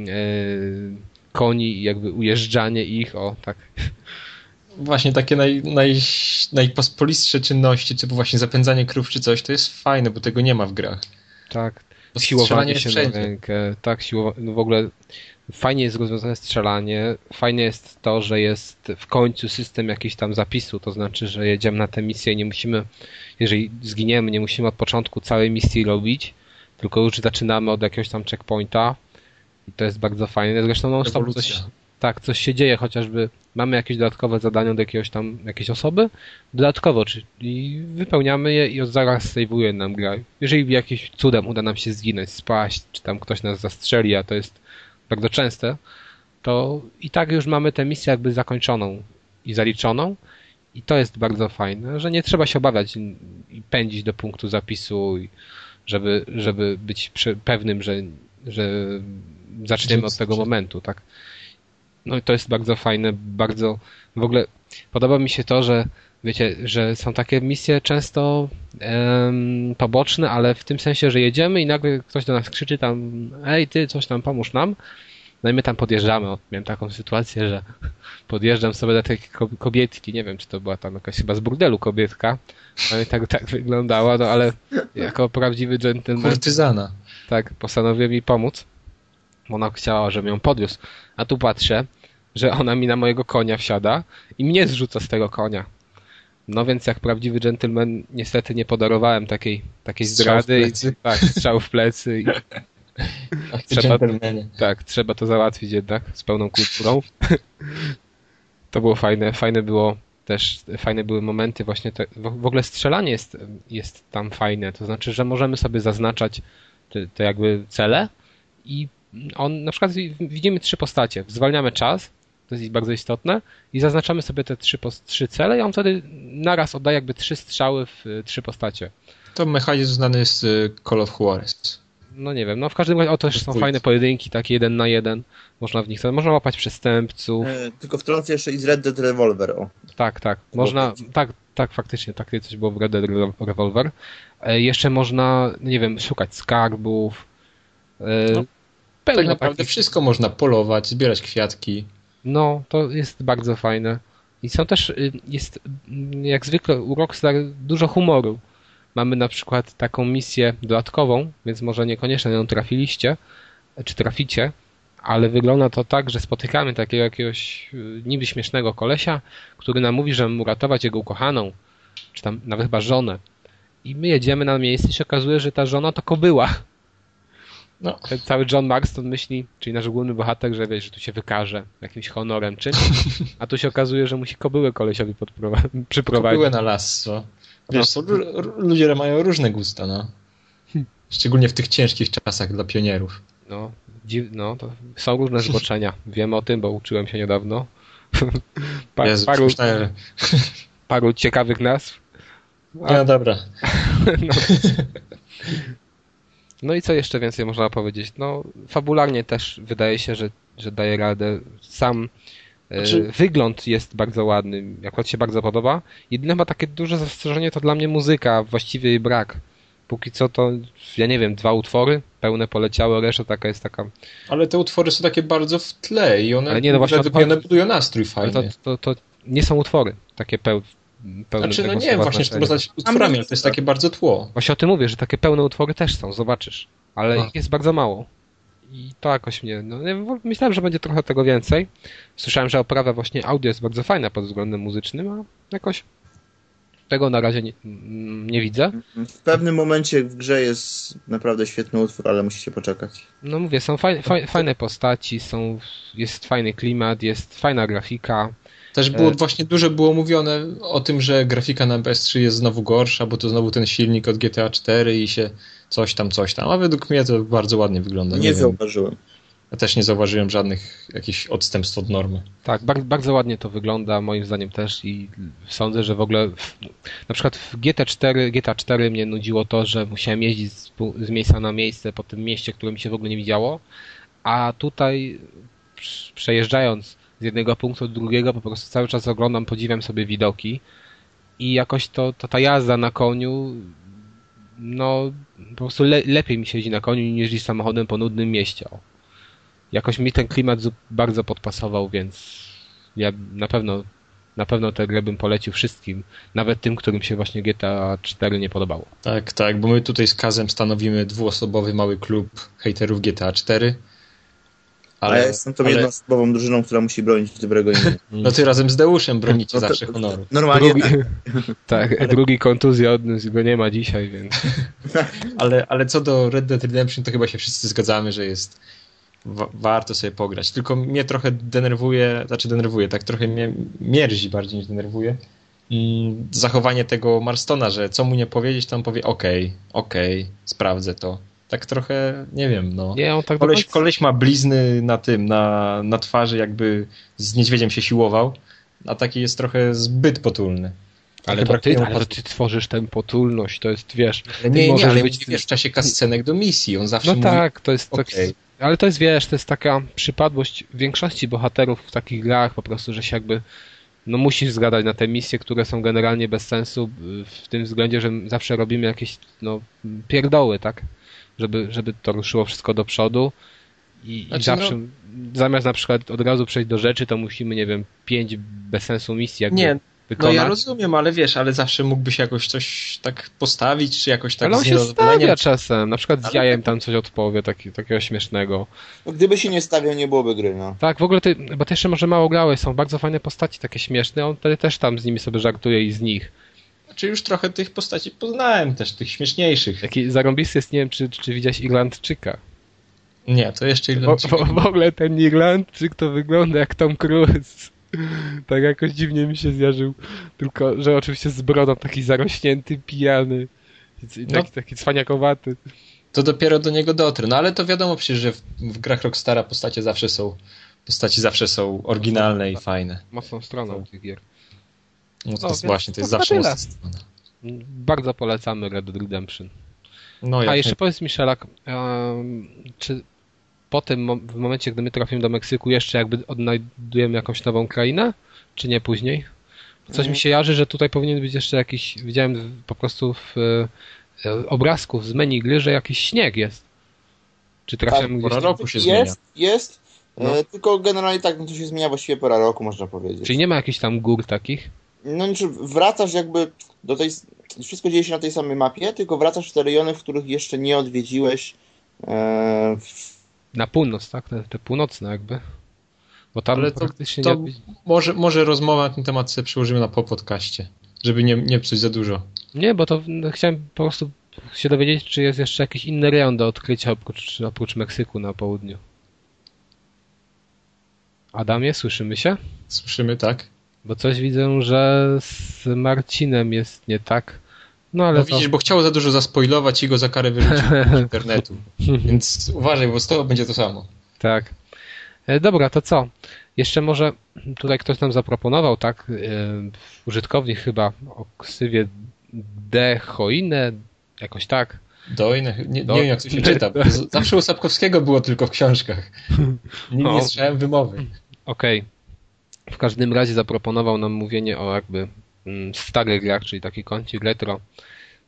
Speaker 1: koni i jakby ujeżdżanie ich, o tak.
Speaker 2: Właśnie takie naj, naj, najpospolistsze czynności, typu właśnie zapędzanie krów czy coś, to jest fajne, bo tego nie ma w grach.
Speaker 1: Tak,
Speaker 2: to
Speaker 1: siłowanie się
Speaker 2: wszędzie.
Speaker 1: na rękę, tak, siłowanie, no w ogóle fajnie jest rozwiązane strzelanie, fajnie jest to, że jest w końcu system jakiś tam zapisu, to znaczy, że jedziemy na tę misję i nie musimy, jeżeli zginiemy, nie musimy od początku całej misji robić, tylko już zaczynamy od jakiegoś tam checkpointa i to jest bardzo fajne. Zresztą non stop coś, tak, coś się dzieje, chociażby mamy jakieś dodatkowe zadania do jakiegoś tam, jakiejś osoby, dodatkowo, czyli wypełniamy je i od zaraz save'uje nam gra. Jeżeli jakimś cudem uda nam się zginąć, spaść, czy tam ktoś nas zastrzeli, a to jest bardzo częste, to i tak już mamy tę misję jakby zakończoną i zaliczoną i to jest bardzo fajne, że nie trzeba się obawiać i pędzić do punktu zapisu i żeby, żeby być pewnym, że, że zaczniemy od tego momentu, tak. No i to jest bardzo fajne, bardzo, w ogóle podoba mi się to, że wiecie, że są takie misje często em, poboczne, ale w tym sensie, że jedziemy i nagle ktoś do nas krzyczy tam, ej ty, coś tam, pomóż nam. No i my tam podjeżdżamy. O, miałem taką sytuację, że podjeżdżam sobie do takiej kobietki, nie wiem, czy to była tam jakaś chyba z burdelu kobietka, no i tak, tak wyglądała, no ale jako prawdziwy dżentelmen.
Speaker 2: Kurtyzana.
Speaker 1: Tak, postanowiłem mi pomóc. Ona chciała, żebym ją podwiózł. A tu patrzę, że ona mi na mojego konia wsiada i mnie zrzuca z tego konia. No więc jak prawdziwy dżentelmen niestety nie podarowałem takiej, takiej zdrady. I, tak, strzał w plecy. I
Speaker 2: Ach,
Speaker 1: trzeba, tak, trzeba to załatwić jednak z pełną kulturą. To było fajne. Fajne było też, fajne były momenty właśnie. Te, w ogóle strzelanie jest, jest tam fajne. To znaczy, że możemy sobie zaznaczać te, te jakby cele i on, na przykład widzimy trzy postacie. Zwalniamy czas, to jest bardzo istotne, i zaznaczamy sobie te trzy, trzy cele i on wtedy naraz oddaje jakby trzy strzały w trzy postacie.
Speaker 2: To mechanizm znany z Call of Juarez.
Speaker 1: No nie wiem, no w każdym razie o też są fajne pojedynki, takie jeden na jeden. Można w nich, można łapać przestępców.
Speaker 3: E, tylko wtrącę jeszcze i z Red Dead Revolver, o.
Speaker 1: Tak, tak. Można, tak, tak, faktycznie, takie coś było w Red Dead Revolver. E, jeszcze można, nie wiem, szukać skarbów. E,
Speaker 2: no. Tak naprawdę takich... wszystko można polować, zbierać kwiatki.
Speaker 1: No, to jest bardzo fajne. I są też, jest jak zwykle u Rockstar dużo humoru. Mamy na przykład taką misję dodatkową, więc może niekoniecznie na nią trafiliście, czy traficie, ale wygląda to tak, że spotykamy takiego jakiegoś niby śmiesznego kolesia, który nam mówi, że mamy uratować jego ukochaną, czy tam nawet chyba żonę. I my jedziemy na miejsce i się okazuje, że ta żona to kobyła. No. Ten cały John Marston myśli, czyli nasz główny bohater, że wiesz, że tu się wykaże jakimś honorem czymś, a tu się okazuje, że musi kobyłę kolesiowi przyprowadzić.
Speaker 2: Kobyłę na lasso. Wiesz, no. Ludzie mają różne gusta, no. Szczególnie w tych ciężkich czasach dla pionierów.
Speaker 1: No, dziw, no to są różne zboczenia. Wiem o tym, bo uczyłem się niedawno. Pa,
Speaker 2: Jezu,
Speaker 1: paru, paru ciekawych nazw.
Speaker 2: A... No dobra.
Speaker 1: No. No i co jeszcze więcej można powiedzieć? No, fabularnie też wydaje się, że, że daje radę. Sam znaczy... e, wygląd jest bardzo ładny, akurat się bardzo podoba. Jedyne ma takie duże zastrzeżenie to dla mnie muzyka, właściwie jej brak. Póki co to, ja nie wiem, dwa utwory pełne poleciały, reszta taka jest taka...
Speaker 2: Ale te utwory są takie bardzo w tle i one,
Speaker 1: Ale nie, no właśnie
Speaker 2: według
Speaker 1: odchodzi-
Speaker 2: mnie one budują nastrój fajnie.
Speaker 1: To, to, to nie są utwory takie peł, pełne
Speaker 2: Znaczy, no
Speaker 1: tego
Speaker 2: nie wiem
Speaker 1: słowa
Speaker 2: właśnie,
Speaker 1: znaczenia.
Speaker 2: co poznać utworami, ale to jest takie bardzo tło.
Speaker 1: Właśnie o tym mówię, że takie pełne utwory też są, zobaczysz. Ale
Speaker 2: A.
Speaker 1: ich jest bardzo mało. I to jakoś mnie... No, ja myślałem, że będzie trochę tego więcej. Słyszałem, że oprawa właśnie audio jest bardzo fajna pod względem muzycznym, a jakoś tego na razie nie, nie widzę.
Speaker 3: W pewnym momencie w grze jest naprawdę świetny utwór, ale musicie poczekać.
Speaker 1: No mówię, są faj, faj, fajne postaci, są, jest fajny klimat, jest fajna grafika.
Speaker 2: Też było
Speaker 1: E-
Speaker 2: właśnie dużo było mówione o tym, że grafika na P S trzy jest znowu gorsza, bo to znowu ten silnik od G T A cztery i się coś tam, coś tam. A według mnie to bardzo ładnie wygląda.
Speaker 3: Nie,
Speaker 2: Nie wiem.
Speaker 3: zauważyłem.
Speaker 2: Ja też nie zauważyłem żadnych jakichś odstępstw od normy.
Speaker 1: Tak, bar, bardzo ładnie to wygląda, moim zdaniem też i sądzę, że w ogóle w, na przykład w G T cztery, G T A cztery mnie nudziło to, że musiałem jeździć z, pu- z miejsca na miejsce po tym mieście, które mi się w ogóle nie widziało, a tutaj prz- przejeżdżając z jednego punktu do drugiego po prostu cały czas oglądam, podziwiam sobie widoki i jakoś to, to ta jazda na koniu, no po prostu le, lepiej mi się jeździ na koniu niż samochodem po nudnym mieście. O. Jakoś mi ten klimat zu- bardzo podpasował, więc ja na pewno na pewno tę grę bym polecił wszystkim, nawet tym, którym się właśnie G T A cztery nie podobało.
Speaker 2: Tak, tak, bo my tutaj z Kazem stanowimy dwuosobowy mały klub hejterów G T A cztery.
Speaker 3: Ale, a ja jestem tą
Speaker 2: ale-
Speaker 3: jednoosobową drużyną, która musi bronić dobrego imienia.
Speaker 2: No ty razem z Deuszem bronicie
Speaker 3: No to-
Speaker 2: zawsze honoru.
Speaker 3: Normalnie
Speaker 1: Drugi,
Speaker 3: tak.
Speaker 1: tak, drugi kontuzja odniósł, go nie ma dzisiaj, więc
Speaker 2: Ale, ale co do Red Dead Redemption, to chyba się wszyscy zgadzamy, że jest wa- warto sobie pograć. Tylko mnie trochę denerwuje, znaczy denerwuje, tak trochę mnie mierzi bardziej niż denerwuje. Mm, zachowanie tego Marstona, że co mu nie powiedzieć, to on powie okej, okej, sprawdzę to. Tak trochę, nie wiem, no.
Speaker 1: nie, on tak do
Speaker 2: Koleś,
Speaker 1: końca-
Speaker 2: koleś ma blizny na tym, na, na twarzy, jakby z niedźwiedziem się siłował, a taki jest trochę zbyt potulny.
Speaker 1: ale
Speaker 2: Trochę
Speaker 1: to, ty,
Speaker 2: brakuje mu
Speaker 1: ale to ty tworzysz tę potulność, to jest, wiesz...
Speaker 2: Ale
Speaker 1: ty
Speaker 2: nie, nie,
Speaker 1: możesz
Speaker 2: ale
Speaker 1: być-
Speaker 2: wiesz, w czasie kascenek do misji, on zawsze
Speaker 1: No
Speaker 2: mówi,
Speaker 1: tak, to jest tak,
Speaker 2: okej.
Speaker 1: ale to jest, wiesz, to jest taka przypadłość większości bohaterów w takich grach po prostu, że się jakby no musisz zgadać na te misje, które są generalnie bez sensu y, w tym względzie, że zawsze robimy jakieś no pierdoły, tak? Żeby, żeby to ruszyło wszystko do przodu i, i
Speaker 2: Znaczy,
Speaker 1: zawsze zamiast na przykład od razu przejść do rzeczy, to musimy, nie wiem, pięć bez sensu misji jakby
Speaker 2: Nie, no
Speaker 1: wykonać.
Speaker 2: ja rozumiem, ale wiesz, ale zawsze mógłbyś jakoś coś tak postawić, czy jakoś tak
Speaker 1: Ale on
Speaker 2: z
Speaker 1: się
Speaker 2: niedowoleniem-
Speaker 1: stawia czasem, na przykład z
Speaker 2: Ale-
Speaker 1: jajem tam coś odpowie, taki, takiego śmiesznego.
Speaker 3: No, gdyby się nie stawiał, nie byłoby gry, no.
Speaker 1: Tak, w ogóle ty, bo ty jeszcze może mało grałeś, są bardzo fajne postaci, takie śmieszne, on wtedy też tam z nimi sobie żartuje i z nich.
Speaker 2: Czy już trochę tych postaci poznałem też, tych śmieszniejszych.
Speaker 1: Jaki zarąbisty jest, nie wiem, czy, czy widziałeś Irlandczyka.
Speaker 2: Nie, to jeszcze
Speaker 1: W,
Speaker 2: Irlandczyk.
Speaker 1: w, w ogóle ten Irlandczyk to wygląda jak Tom Cruise. Tak jakoś dziwnie mi się zjarzył. Tylko, że oczywiście z brodą, taki zarośnięty, pijany. I Taki,
Speaker 2: No.
Speaker 1: taki cwaniakowaty.
Speaker 2: To dopiero do niego dotrę. No ale to wiadomo przecież, że w, w grach Rockstara postacie zawsze są postaci zawsze są oryginalne i fajne.
Speaker 1: Mocną stroną tych gier.
Speaker 2: No to
Speaker 1: No,
Speaker 2: jest
Speaker 1: więc
Speaker 2: właśnie, to jest
Speaker 1: to
Speaker 2: zawsze
Speaker 1: tyle.
Speaker 2: mocna strona.
Speaker 1: Bardzo polecamy Red Dead Redemption.
Speaker 2: No,
Speaker 1: A
Speaker 2: jak
Speaker 1: jeszcze
Speaker 2: nie-
Speaker 1: powiedz mi, Szelak, um, czy po tym, mo- w momencie, gdy my trafimy do Meksyku, jeszcze jakby odnajdujemy jakąś nową krainę? Czy nie później? Coś mi się jarzy, że tutaj powinien być jeszcze jakiś, widziałem w- po prostu w e, obrazku z menu gry, że jakiś śnieg jest. Czy trafiamy
Speaker 3: Tak,
Speaker 1: gdzieś...
Speaker 2: pora roku się zmienia.
Speaker 3: Jest, jest,
Speaker 2: No.
Speaker 3: e, tylko generalnie tak, no to się zmienia właściwie pora roku, można powiedzieć.
Speaker 1: Czyli nie ma jakichś tam gór takich?
Speaker 3: No znaczy wracasz jakby do tej, wszystko dzieje się na tej samej mapie, tylko wracasz w te rejony, w których jeszcze nie odwiedziłeś. E, w-
Speaker 1: Na północ, tak? Te, te północne jakby. Bo tam
Speaker 2: Ale to,
Speaker 1: praktycznie
Speaker 2: to
Speaker 1: nie...
Speaker 2: może, może rozmowę na ten temat sobie przyłożymy na po podcaście, żeby nie, nie psuć za dużo.
Speaker 1: Nie, bo to no, chciałem po prostu się dowiedzieć, czy jest jeszcze jakiś inny rejon do odkrycia oprócz, oprócz Meksyku na południu. Adamie, słyszymy się?
Speaker 2: Słyszymy, tak?
Speaker 1: Bo coś widzę, że z Marcinem jest nie tak. No ale
Speaker 2: No
Speaker 1: to...
Speaker 2: widzisz, bo chciał za dużo zaspoilować i go za karę wyrzucił z internetu. Więc uważaj, bo z tobą będzie to samo.
Speaker 1: Tak. E, dobra, to co? Jeszcze może tutaj ktoś nam zaproponował, tak? E, użytkownik chyba o ksywie Dechoine, jakoś tak.
Speaker 2: Dojne, nie,
Speaker 1: Do-
Speaker 2: nie wiem jak to się czyta. bo z- Zawsze u Sapkowskiego było tylko w książkach. Nigdy
Speaker 1: No.
Speaker 2: nie słyszałem wymowy.
Speaker 1: Okej. W każdym razie zaproponował nam mówienie o jakby mm, starych grach, czyli taki kącik retro.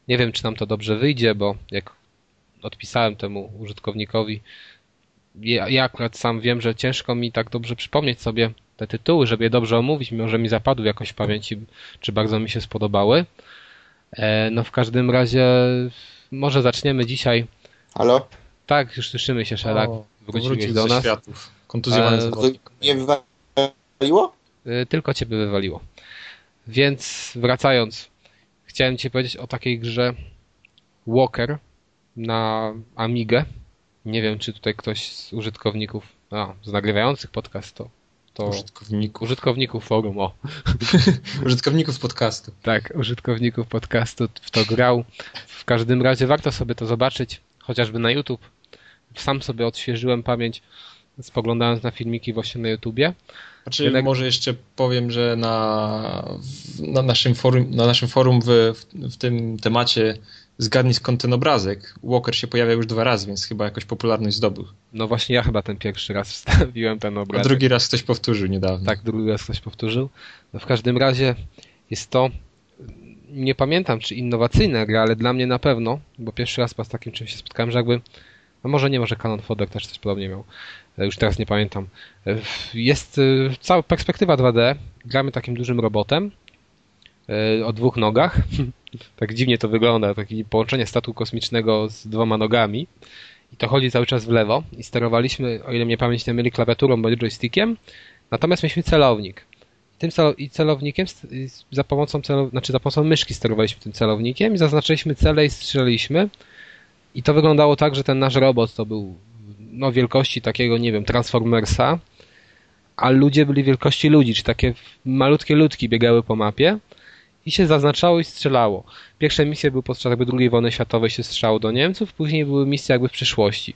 Speaker 1: Nie wiem, czy nam to dobrze wyjdzie, bo jak odpisałem temu użytkownikowi, ja, ja akurat sam wiem, że ciężko mi tak dobrze przypomnieć sobie te tytuły, żeby je dobrze omówić, mimo że mi zapadły jakoś w pamięci, czy bardzo mi się spodobały. E, no w każdym razie może zaczniemy dzisiaj.
Speaker 3: Halo?
Speaker 1: Tak, już słyszymy się, Szelak. Wróciłeś do nas.
Speaker 2: Światów. Kontuzjowany
Speaker 1: E,
Speaker 2: zawodnik.
Speaker 3: Nie wywaliło?
Speaker 1: E, tylko ciebie wywaliło. Więc wracając, chciałem ci powiedzieć o takiej grze Walker na Amigę. Nie wiem, czy tutaj ktoś z użytkowników, a, z nagrywających podcast to, to
Speaker 2: Użytkowników.
Speaker 1: użytkowników forum, o.
Speaker 2: Użytkowników podcastu.
Speaker 1: Tak, użytkowników podcastu w to grał. W każdym razie warto sobie to zobaczyć, chociażby na YouTube. Sam sobie odświeżyłem pamięć, spoglądając na filmiki właśnie na YouTubie.
Speaker 2: Znaczy,
Speaker 1: Jednak...
Speaker 2: może jeszcze powiem, że na, na naszym forum, na naszym forum w, w tym temacie Zgadnij skąd ten obrazek. Walker się pojawia już dwa razy, więc chyba jakoś popularność zdobył.
Speaker 1: No właśnie ja chyba ten pierwszy raz wstawiłem ten obrazek.
Speaker 2: A drugi raz ktoś powtórzył niedawno.
Speaker 1: Tak, drugi raz ktoś powtórzył. No w każdym razie jest to, nie pamiętam czy innowacyjna gra, ale dla mnie na pewno, bo pierwszy raz z takim czymś się spotkałem, że jakby, no może nie, może Cannon Fodder też coś podobnie miał. Już teraz nie pamiętam. Jest cała perspektywa dwa D. Gramy takim dużym robotem o dwóch nogach. Tak dziwnie to wygląda, takie połączenie statku kosmicznego z dwoma nogami. I to chodzi cały czas w lewo. I sterowaliśmy, o ile mnie pamięć nie myli, klawiaturą bądź joystickiem. Natomiast mieliśmy celownik. Tym cel- I celownikiem, za pomocą, celo- znaczy za pomocą myszki sterowaliśmy tym celownikiem i zaznaczyliśmy cele i strzeliliśmy. I to wyglądało tak, że ten nasz robot to był no wielkości takiego, nie wiem, Transformersa, a ludzie byli wielkości ludzi, czy takie malutkie ludki biegały po mapie i się zaznaczało i strzelało. Pierwsze misje były podczas jakby drugiej wojny światowej, się strzelało do Niemców, później były misje jakby w przyszłości.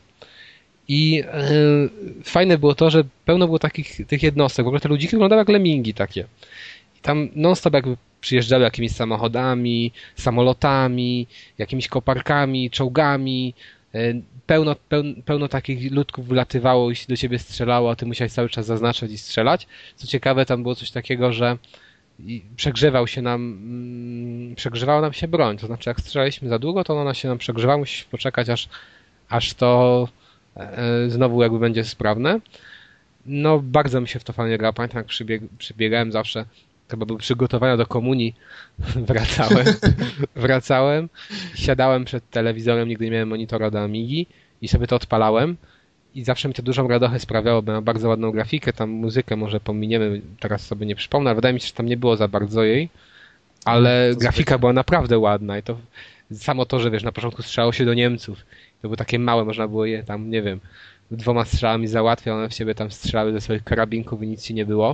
Speaker 1: I yy, fajne było to, że pełno było takich tych jednostek, w ogóle te ludziki wyglądały jak lemingi takie. I tam non-stop jakby przyjeżdżały jakimiś samochodami, samolotami, jakimiś koparkami, czołgami. Pełno, pełno, pełno takich ludków wylatywało i się do ciebie strzelało, a ty musiałeś cały czas zaznaczać i strzelać. Co ciekawe, tam było coś takiego, że przegrzewał się nam, mm, przegrzewała nam się broń. To znaczy, jak strzelaliśmy za długo, to ona się nam przegrzewała, musisz poczekać, aż, aż to e, znowu jakby będzie sprawne. No, bardzo mi się w to fajnie gra. Pamiętam, jak przybieg, przybiegałem zawsze, chyba były przygotowania do komunii, wracałem, wracałem, siadałem przed telewizorem, nigdy nie miałem monitora do Amigi i sobie to odpalałem i zawsze mi to dużą radochę sprawiało, bo miała bardzo ładną grafikę, tam muzykę może pominiemy, teraz sobie nie przypomnę, ale wydaje mi się, że tam nie było za bardzo jej, ale no, grafika była naprawdę ładna i to samo to, że wiesz, na początku strzelało się do Niemców, to były takie małe, można było je tam, nie wiem, dwoma strzałami załatwiać, one w siebie tam strzelały ze swoich karabinków i nic ci nie było.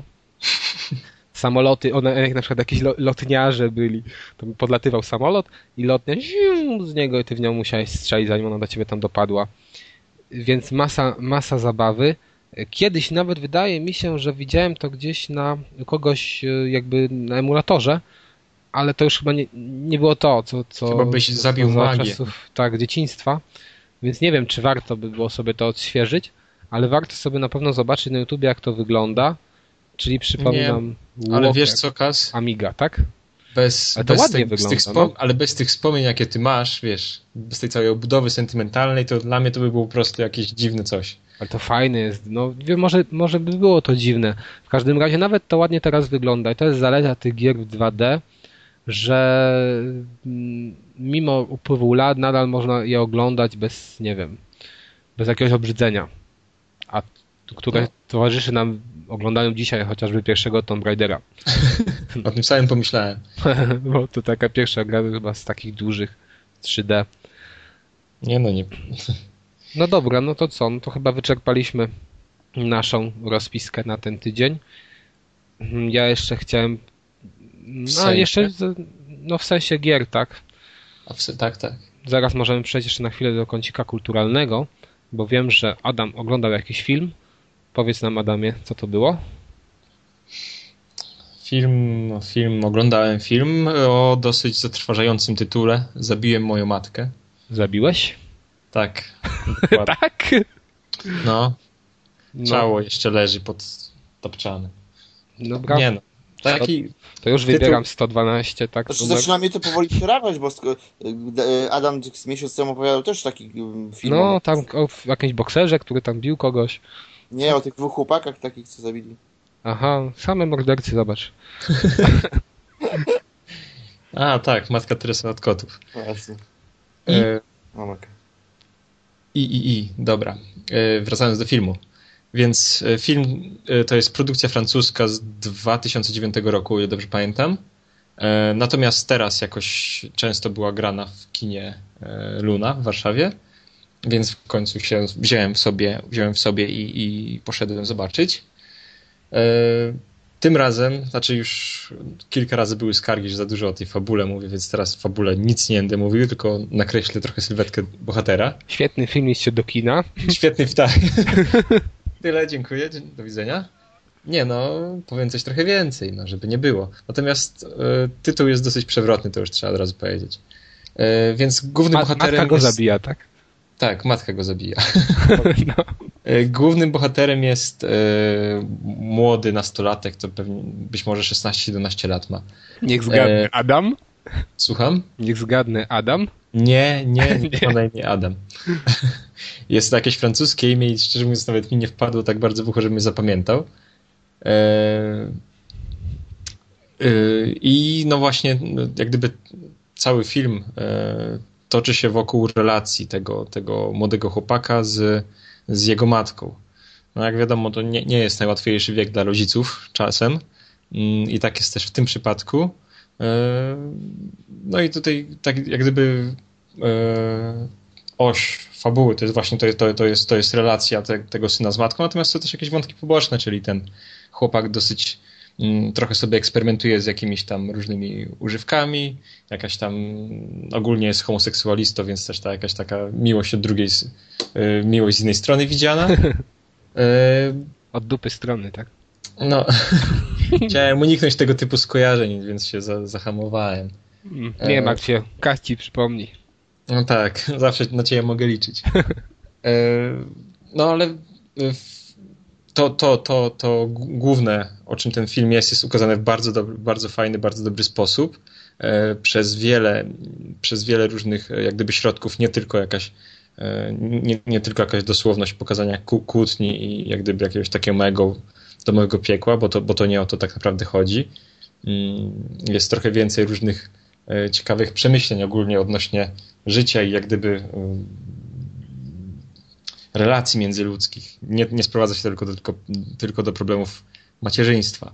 Speaker 1: Samoloty, one jak na przykład jakieś lotniarze byli, to podlatywał samolot i lotnia z niego i ty w nią musiałeś strzelić, zanim ona do ciebie tam dopadła. Więc masa, masa zabawy. Kiedyś nawet wydaje mi się, że widziałem to gdzieś na kogoś jakby na emulatorze, ale to już chyba nie, nie było to, co, co
Speaker 2: chyba byś zabił
Speaker 1: za
Speaker 2: magię.
Speaker 1: czasów, tak, dzieciństwa. Więc nie wiem, czy warto by było sobie to odświeżyć, ale warto sobie na pewno zobaczyć na YouTubie, jak to wygląda. Czyli przypominam,
Speaker 2: nie, ale wiesz co, Kas?
Speaker 1: Amiga, tak?
Speaker 2: Bez,
Speaker 1: ale to
Speaker 2: bez
Speaker 1: ładnie
Speaker 2: tych,
Speaker 1: wygląda,
Speaker 2: z tych
Speaker 1: no.
Speaker 2: Ale bez tych wspomnień, jakie ty masz, wiesz, bez tej całej obudowy sentymentalnej, to dla mnie to by było po prostu jakieś dziwne coś.
Speaker 1: Ale to fajne jest, no może, może by było to dziwne. W każdym razie nawet to ładnie teraz wygląda i to jest zaleta tych gier w dwa D, że mimo upływu lat nadal można je oglądać bez, nie wiem, bez jakiegoś obrzydzenia. A które no. towarzyszy nam oglądaniu dzisiaj chociażby pierwszego Tomb Raidera.
Speaker 2: O tym samym pomyślałem.
Speaker 1: Bo to taka pierwsza gra chyba z takich dużych trzy D.
Speaker 2: Nie no, nie.
Speaker 1: No dobra, no to co? No to chyba wyczerpaliśmy naszą rozpiskę na ten tydzień. Ja jeszcze chciałem... No
Speaker 2: w
Speaker 1: jeszcze... No w sensie gier, tak?
Speaker 2: A w... Tak, tak.
Speaker 1: Zaraz możemy przejść jeszcze na chwilę do kącika kulturalnego, bo wiem, że Adam oglądał jakiś film. Powiedz nam, Adamie, co to było?
Speaker 2: Film, film, oglądałem film o dosyć zatrważającym tytule. Zabiłem moją matkę.
Speaker 1: Zabiłeś?
Speaker 2: Tak.
Speaker 1: Tak?
Speaker 2: No.
Speaker 1: No.
Speaker 2: Ciało jeszcze leży pod tapczany.
Speaker 1: No, bra-
Speaker 2: Nie no. Taki...
Speaker 1: To już wybieram sto dwanaście, tak?
Speaker 3: Znaczy, zaczyna mnie to powoli przerażać, bo sk- Adam miesiąc temu opowiadał też taki film.
Speaker 1: No, tam o jakimś bokserze, który tam bił kogoś.
Speaker 3: Nie, o tych dwóch chłopakach takich, co zabili.
Speaker 1: Aha, same mordercy, zobacz.
Speaker 2: A, tak, Matka Teresa od kotów.
Speaker 3: Właśnie.
Speaker 2: I, e,
Speaker 3: i,
Speaker 2: i, i, dobra. E, wracając do filmu. Więc film to jest produkcja francuska z dwa tysiące dziewiątego roku, o ile dobrze pamiętam. E, natomiast teraz jakoś często była grana w kinie e, Luna w Warszawie, więc w końcu się wziąłem w sobie, wziąłem w sobie i, i poszedłem zobaczyć. E, tym razem, znaczy już kilka razy były skargi, że za dużo o tej fabule mówię, więc teraz w fabule nic nie będę mówił, tylko nakreślę trochę sylwetkę bohatera.
Speaker 1: Świetny film, idźcie do kina.
Speaker 2: Świetny, tak. Tyle, dziękuję, do widzenia. Nie no, powiem coś trochę więcej, no, żeby nie było. Natomiast y, tytuł jest dosyć przewrotny, to już trzeba od razu powiedzieć. Y, więc głównym
Speaker 1: Ma-
Speaker 2: bohaterem
Speaker 1: Matka go
Speaker 2: jest...
Speaker 1: zabija, tak?
Speaker 2: Tak, matka go zabija.
Speaker 1: No.
Speaker 2: Y, głównym bohaterem jest y, młody nastolatek, to pewnie być może szesnaście siedemnaście lat ma.
Speaker 1: Niech zgadnę,
Speaker 2: E...
Speaker 1: Adam?
Speaker 2: Słucham?
Speaker 1: Niech zgadnę, Adam?
Speaker 2: Nie, nie, nie ma na imię Adam. Jest to jakieś francuskie imię i szczerze mówiąc nawet mi nie wpadło tak bardzo w ucho, żebym je zapamiętał. Eee, yy, I no właśnie, jak gdyby cały film e, toczy się wokół relacji tego, tego młodego chłopaka z, z jego matką. No jak wiadomo, to nie, nie jest najłatwiejszy wiek dla rodziców czasem i tak jest też w tym przypadku. No i tutaj tak jak gdyby oś fabuły to jest właśnie to, to, to, jest, to jest relacja te, tego syna z matką, natomiast to też jakieś wątki poboczne, czyli ten chłopak dosyć trochę sobie eksperymentuje z jakimiś tam różnymi używkami, jakaś tam ogólnie jest homoseksualistą, więc też ta jakaś taka miłość od drugiej, miłość z innej strony widziana.
Speaker 1: Od dupy strony, tak?
Speaker 2: No, chciałem uniknąć tego typu skojarzeń, więc się za, zahamowałem.
Speaker 1: Nie martw się, Kaś ci przypomni.
Speaker 2: No tak, zawsze na ciebie mogę liczyć. No ale to, to, to, to główne, o czym ten film jest, jest ukazane w bardzo, dobry, bardzo fajny, bardzo dobry sposób. Przez wiele, przez wiele różnych jak gdyby środków, nie tylko jakaś nie, nie tylko jakaś dosłowność pokazania kłótni i jak gdyby jakiegoś takiego małego domowego piekła, bo to, bo to nie o to tak naprawdę chodzi. Jest trochę więcej różnych ciekawych przemyśleń ogólnie odnośnie życia i jak gdyby relacji międzyludzkich. Nie, nie sprowadza się tylko do, tylko, tylko do problemów macierzyństwa.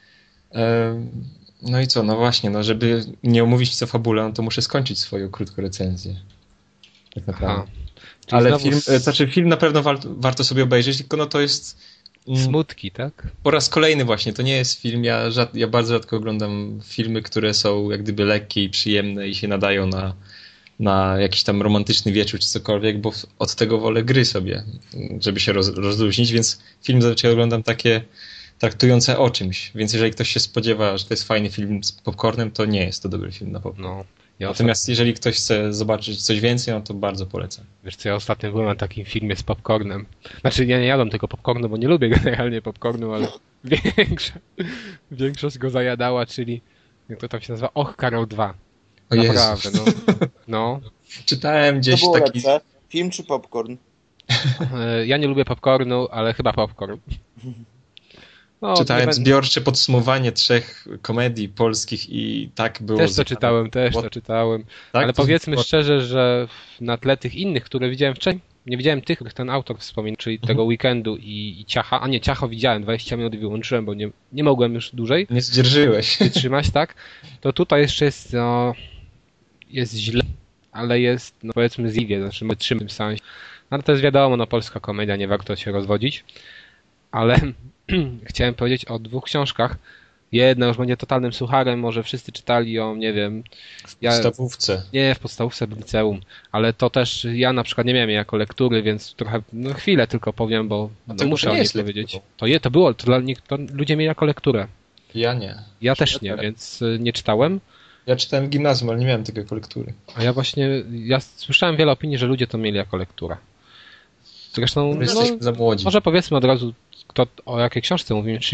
Speaker 2: No i co? No właśnie, no żeby nie omówić nic o fabule, no to muszę skończyć swoją krótką recenzję. Tak naprawdę. Aha. Ale znowu... film, znaczy film na pewno warto, warto sobie obejrzeć, tylko no to jest
Speaker 1: smutki, tak?
Speaker 2: Po raz kolejny właśnie, to nie jest film, ja, rzad, ja bardzo rzadko oglądam filmy, które są jak gdyby lekkie i przyjemne i się nadają na, na jakiś tam romantyczny wieczór czy cokolwiek, bo od tego wolę gry sobie, żeby się roz, rozluźnić, więc film zazwyczaj oglądam takie traktujące o czymś, więc jeżeli ktoś się spodziewa, że to jest fajny film z popcornem, to nie jest to dobry film na popcorn. No. Ja Natomiast ostatnio... jeżeli ktoś chce zobaczyć coś więcej, no to bardzo polecam.
Speaker 1: Wiesz co, ja ostatnio byłem na takim filmie z popcornem. Znaczy ja nie jadłem tego popcornu, bo nie lubię generalnie popcornu, ale większość, większość go zajadała, czyli jak to tam się nazywa? Och, Karol dwa.
Speaker 2: O
Speaker 1: Naprawdę, no. no.
Speaker 2: Czytałem gdzieś
Speaker 3: to było
Speaker 2: taki...
Speaker 3: lepsze? Film czy popcorn?
Speaker 1: Ja nie lubię popcornu, ale chyba popcorn.
Speaker 2: No, czytałem zbiorcze podsumowanie trzech komedii polskich i tak było...
Speaker 1: Też to czytałem, też to czytałem. Tak? Ale to powiedzmy to... szczerze, że na tle tych innych, które widziałem wcześniej, nie widziałem tych, których ten autor wspominał, czyli mhm. tego Weekendu i, i Ciacha, a nie, Ciacho widziałem, dwadzieścia minut wyłączyłem, bo nie, nie mogłem już dłużej.
Speaker 2: Nie zdzierżyłeś.
Speaker 1: Wytrzymać, tak? To tutaj jeszcze jest, no, jest źle, ale jest, no powiedzmy zliwie, znaczy my trzymamy w sensie. No ale to jest wiadomo, no polska komedia, nie warto się rozwodzić. Ale chciałem powiedzieć o dwóch książkach. Jedna już będzie totalnym sucharem, może wszyscy czytali ją, nie wiem.
Speaker 2: W podstawówce.
Speaker 1: Ja, nie, w podstawówce, w liceum. Ale to też ja na przykład nie miałem jej jako lektury, więc trochę, no chwilę tylko powiem, bo no, muszę o niej powiedzieć. To, je, to było, to, dla nich, to ludzie mieli jako lekturę.
Speaker 2: Ja nie.
Speaker 1: Ja też nie, więc nie czytałem.
Speaker 2: Ja czytałem w gimnazjum, ale nie miałem tego jako lektury.
Speaker 1: A ja właśnie, ja słyszałem wiele opinii, że ludzie to mieli jako lekturę. Zresztą,
Speaker 2: no, jesteśmy za młodzi.
Speaker 1: Może powiedzmy od razu, kto, o jakiej książce mówimy, czyli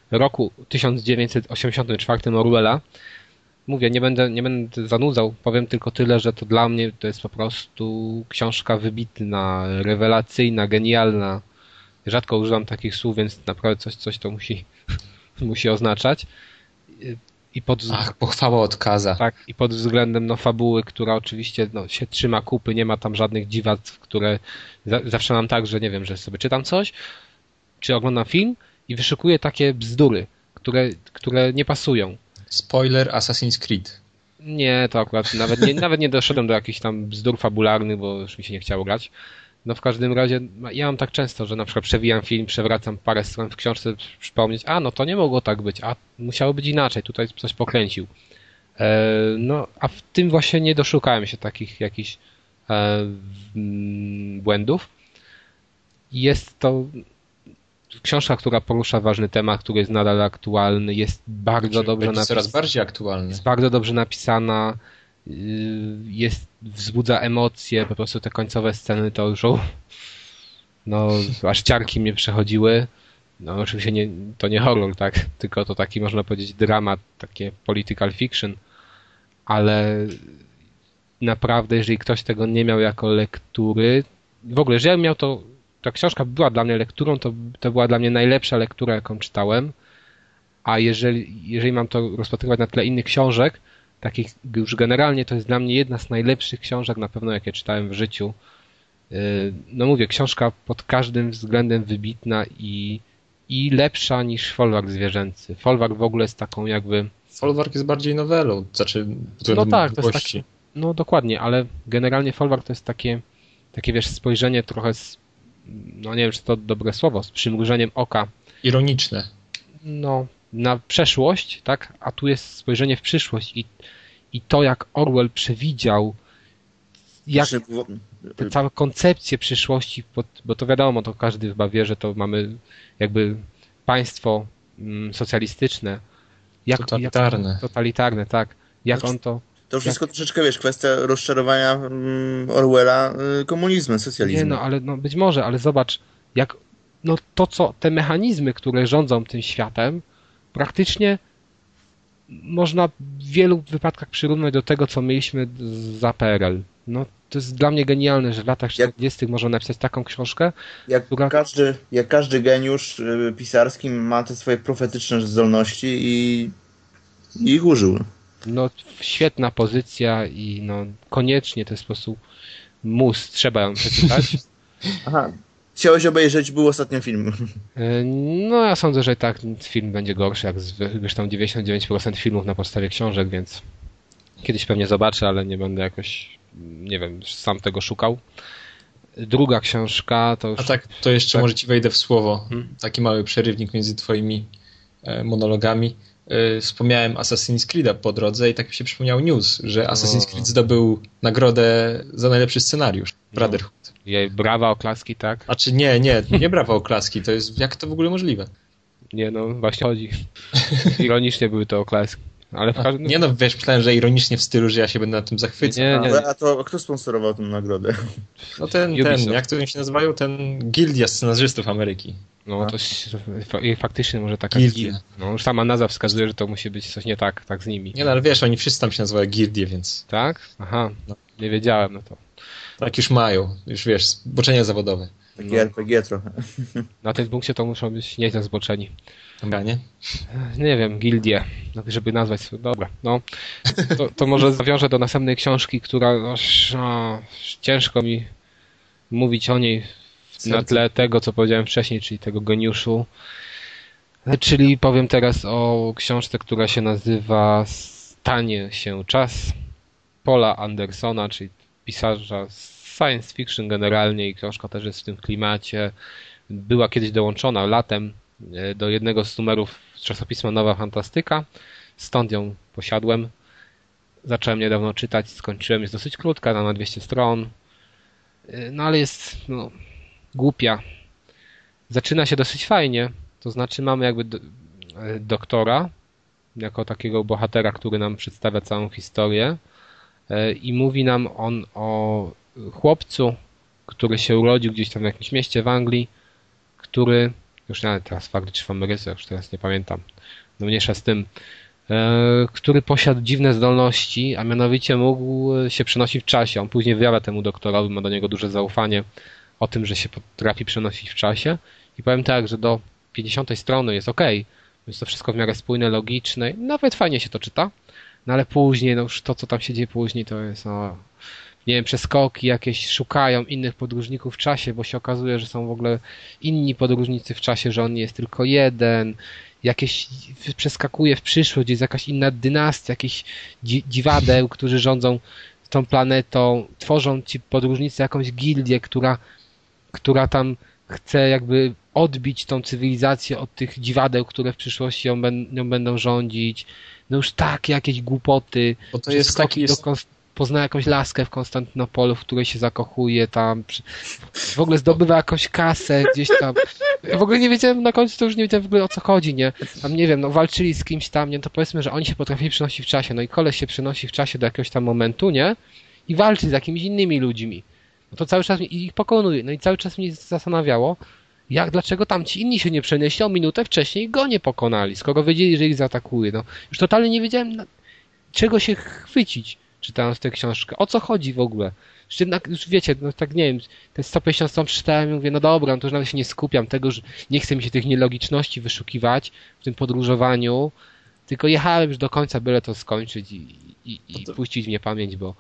Speaker 1: roku tysiąc dziewięćset osiemdziesiątym czwartym Orwella. Mówię, nie będę, nie będę zanudzał, powiem tylko tyle, że to dla mnie to jest po prostu książka wybitna, rewelacyjna, genialna. Rzadko używam takich słów, więc naprawdę coś, coś to musi, musi oznaczać. I pod,
Speaker 2: Ach, pochwała od Kaza.
Speaker 1: tak, i pod względem no, fabuły, która oczywiście no, się trzyma kupy, nie ma tam żadnych dziwactw, które za, zawsze mam tak, że nie wiem, że sobie czytam coś, czy oglądam film i wyszukuję takie bzdury, które, które nie pasują.
Speaker 2: Spoiler Assassin's Creed.
Speaker 1: Nie, to akurat nawet nie, nawet nie doszedłem do jakichś tam bzdur fabularnych, bo już mi się nie chciało grać. No w każdym razie ja mam tak często, że na przykład przewijam film, przewracam parę stron w książce, przypomnieć, a no to nie mogło tak być, a musiało być inaczej, tutaj coś pokręcił. E, no a w tym właśnie nie doszukałem się takich jakichś e, błędów. Jest to książka, która porusza ważny temat, który jest nadal aktualny, jest bardzo
Speaker 2: Znaczy,
Speaker 1: dobrze
Speaker 2: będzie
Speaker 1: napisana.
Speaker 2: coraz bardziej aktualny.
Speaker 1: Jest bardzo dobrze napisana, jest, wzbudza emocje, po prostu te końcowe sceny to już no, aż ciarki mnie przechodziły. No oczywiście nie, to nie horror, tak, tylko to taki można powiedzieć dramat, takie political fiction, ale naprawdę jeżeli ktoś tego nie miał jako lektury, w ogóle, że ja miał to, ta książka była dla mnie lekturą, to, to była dla mnie najlepsza lektura, jaką czytałem, a jeżeli, jeżeli mam to rozpatrywać na tle innych książek, takich już generalnie to jest dla mnie jedna z najlepszych książek na pewno, jakie czytałem w życiu. No mówię, książka pod każdym względem wybitna i, i lepsza niż Folwark zwierzęcy. Folwark w ogóle jest taką jakby...
Speaker 2: Folwark jest bardziej nowelą, znaczy...
Speaker 1: No tak, to jest tak, no dokładnie, ale generalnie Folwark to jest takie, takie wiesz, spojrzenie trochę z, no nie wiem, czy to dobre słowo, z przymrużeniem oka.
Speaker 2: Ironiczne.
Speaker 1: No, na przeszłość, tak? A tu jest spojrzenie w przyszłość i, i to, jak Orwell przewidział, jak te całe koncepcje przyszłości, bo to wiadomo, to każdy chyba wie, że to mamy jakby państwo socjalistyczne. Jak,
Speaker 2: totalitarne.
Speaker 1: Jak, totalitarne, tak. Jak
Speaker 3: znaczy,
Speaker 1: on to...
Speaker 3: To wszystko jak... troszeczkę, wiesz, kwestia rozczarowania Orwella komunizmem, socjalizmem.
Speaker 1: Nie, no ale no, być może, ale zobacz, jak no to, co te mechanizmy, które rządzą tym światem, praktycznie można w wielu wypadkach przyrównać do tego, co mieliśmy za P R L. No, to jest dla mnie genialne, że w latach czterdziestych można napisać taką książkę,
Speaker 3: jak,
Speaker 1: która...
Speaker 3: każdy, jak każdy geniusz pisarski ma te swoje profetyczne zdolności i, i ich użył.
Speaker 1: No, świetna pozycja i no, koniecznie to jest po prostu mus, trzeba ją przeczytać.
Speaker 3: Aha. Chciałeś obejrzeć, był ostatnio film.
Speaker 1: No ja sądzę, że tak film będzie gorszy, jak zresztą dziewięćdziesiąt dziewięć procent filmów na podstawie książek, więc kiedyś pewnie zobaczę, ale nie będę jakoś, nie wiem, sam tego szukał. Druga książka to już...
Speaker 2: A tak, to jeszcze tak. Może ci wejdę w słowo.
Speaker 1: Hmm?
Speaker 2: Taki mały przerywnik między twoimi monologami. Wspomniałem Assassin's Creed'a po drodze i tak mi się przypomniał news, że Assassin's Creed zdobył nagrodę za najlepszy scenariusz. Brotherhood.
Speaker 1: Jej brawa, oklaski, tak?
Speaker 2: A czy nie, nie, nie brawa, oklaski. To jest, jak to w ogóle możliwe?
Speaker 1: Nie, no właśnie chodzi. Ironicznie były to oklaski. Ale w każdym...
Speaker 2: A, nie no, wiesz, myślałem, że ironicznie w stylu, że ja się będę na tym zachwycał.
Speaker 1: Nie, nie.
Speaker 3: A to kto sponsorował tę nagrodę?
Speaker 2: No ten, ten, jak to się nazywają? Ten Gildia Scenarzystów Ameryki.
Speaker 1: No to faktycznie może taka
Speaker 2: Gildia.
Speaker 1: No już sama nazwa wskazuje, że to musi być coś nie tak, tak z nimi.
Speaker 2: Nie no, ale wiesz, oni wszyscy tam się nazywają Gildie, więc...
Speaker 1: Tak? Aha, no. Nie wiedziałem, no to...
Speaker 2: Tak już mają, już wiesz, zboczenia zawodowe.
Speaker 3: Takie
Speaker 1: no.
Speaker 3: R P G trochę.
Speaker 1: Na tym punkcie to muszą być nieźle zboczeni.
Speaker 2: Dobra, nie?
Speaker 1: Nie wiem, gildie, żeby nazwać... Dobra, no. To, to może zawiążę do następnej książki, która... No, no, ciężko mi mówić o niej na tle tego, co powiedziałem wcześniej, czyli tego geniuszu. Czyli powiem teraz o książce, która się nazywa Stanie się czas Paula Andersona, czyli pisarza science fiction generalnie i książka też jest w tym klimacie. Była kiedyś dołączona latem do jednego z numerów czasopisma Nowa Fantastyka, stąd ją posiadłem. Zacząłem niedawno czytać, skończyłem, jest dosyć krótka, na dwieście stron, no ale jest no, głupia. Zaczyna się dosyć fajnie, to znaczy mamy jakby do, doktora, jako takiego bohatera, który nam przedstawia całą historię i mówi nam on o chłopcu, który się urodził gdzieś tam w jakimś mieście w Anglii, który już nawet teraz fakt, czy w Ameryce, już teraz nie pamiętam, no mniejsza z tym, który posiadł dziwne zdolności, a mianowicie mógł się przenosić w czasie. On później wyjawia temu doktorowi, ma do niego duże zaufanie o tym, że się potrafi przenosić w czasie. I powiem tak, że do pięćdziesiątej strony jest ok, więc to wszystko w miarę spójne, logiczne, nawet fajnie się to czyta, no ale później, no już to, co tam się dzieje później, to jest, no, nie wiem, przeskoki jakieś, szukają innych podróżników w czasie, bo się okazuje, że są w ogóle inni podróżnicy w czasie, że on nie jest tylko jeden, jakieś przeskakuje w przyszłość, jest jakaś inna dynastia, jakichś dzi- dziwadeł, którzy rządzą tą planetą, tworzą ci podróżnicy jakąś gildię, która, która tam chce jakby odbić tą cywilizację od tych dziwadeł, które w przyszłości ją, ben- ją będą rządzić. No już tak, jakieś głupoty.
Speaker 2: Bo to jest taki... Jest...
Speaker 1: Do Konst- pozna jakąś laskę w Konstantynopolu, w której się zakochuje tam. W ogóle zdobywa jakąś kasę gdzieś tam. Ja w ogóle nie wiedziałem na końcu, to już nie wiedziałem w ogóle o co chodzi, nie? Tam nie wiem, no walczyli z kimś tam, nie? To powiedzmy, że oni się potrafili przenosić w czasie. No i koleś się przenosi w czasie do jakiegoś tam momentu, nie? I walczy z jakimiś innymi ludźmi. No to cały czas ich pokonuje. No i cały czas mnie zastanawiało, jak, dlaczego tamci inni się nie przenieśli, o minutę wcześniej go nie pokonali, skoro wiedzieli, że ich zaatakuje. No, już totalnie nie wiedziałem, na czego się chwycić, czytając tę książkę. O co chodzi w ogóle? Już, jednak, już wiecie, no tak nie wiem, te sto pięćdziesiąt stron przeczytałem i mówię, no dobra, no to już nawet się nie skupiam, tego, że nie chce mi się tych nielogiczności wyszukiwać w tym podróżowaniu, tylko jechałem już do końca, byle to skończyć i, i, i to... puścić mnie pamięć, bo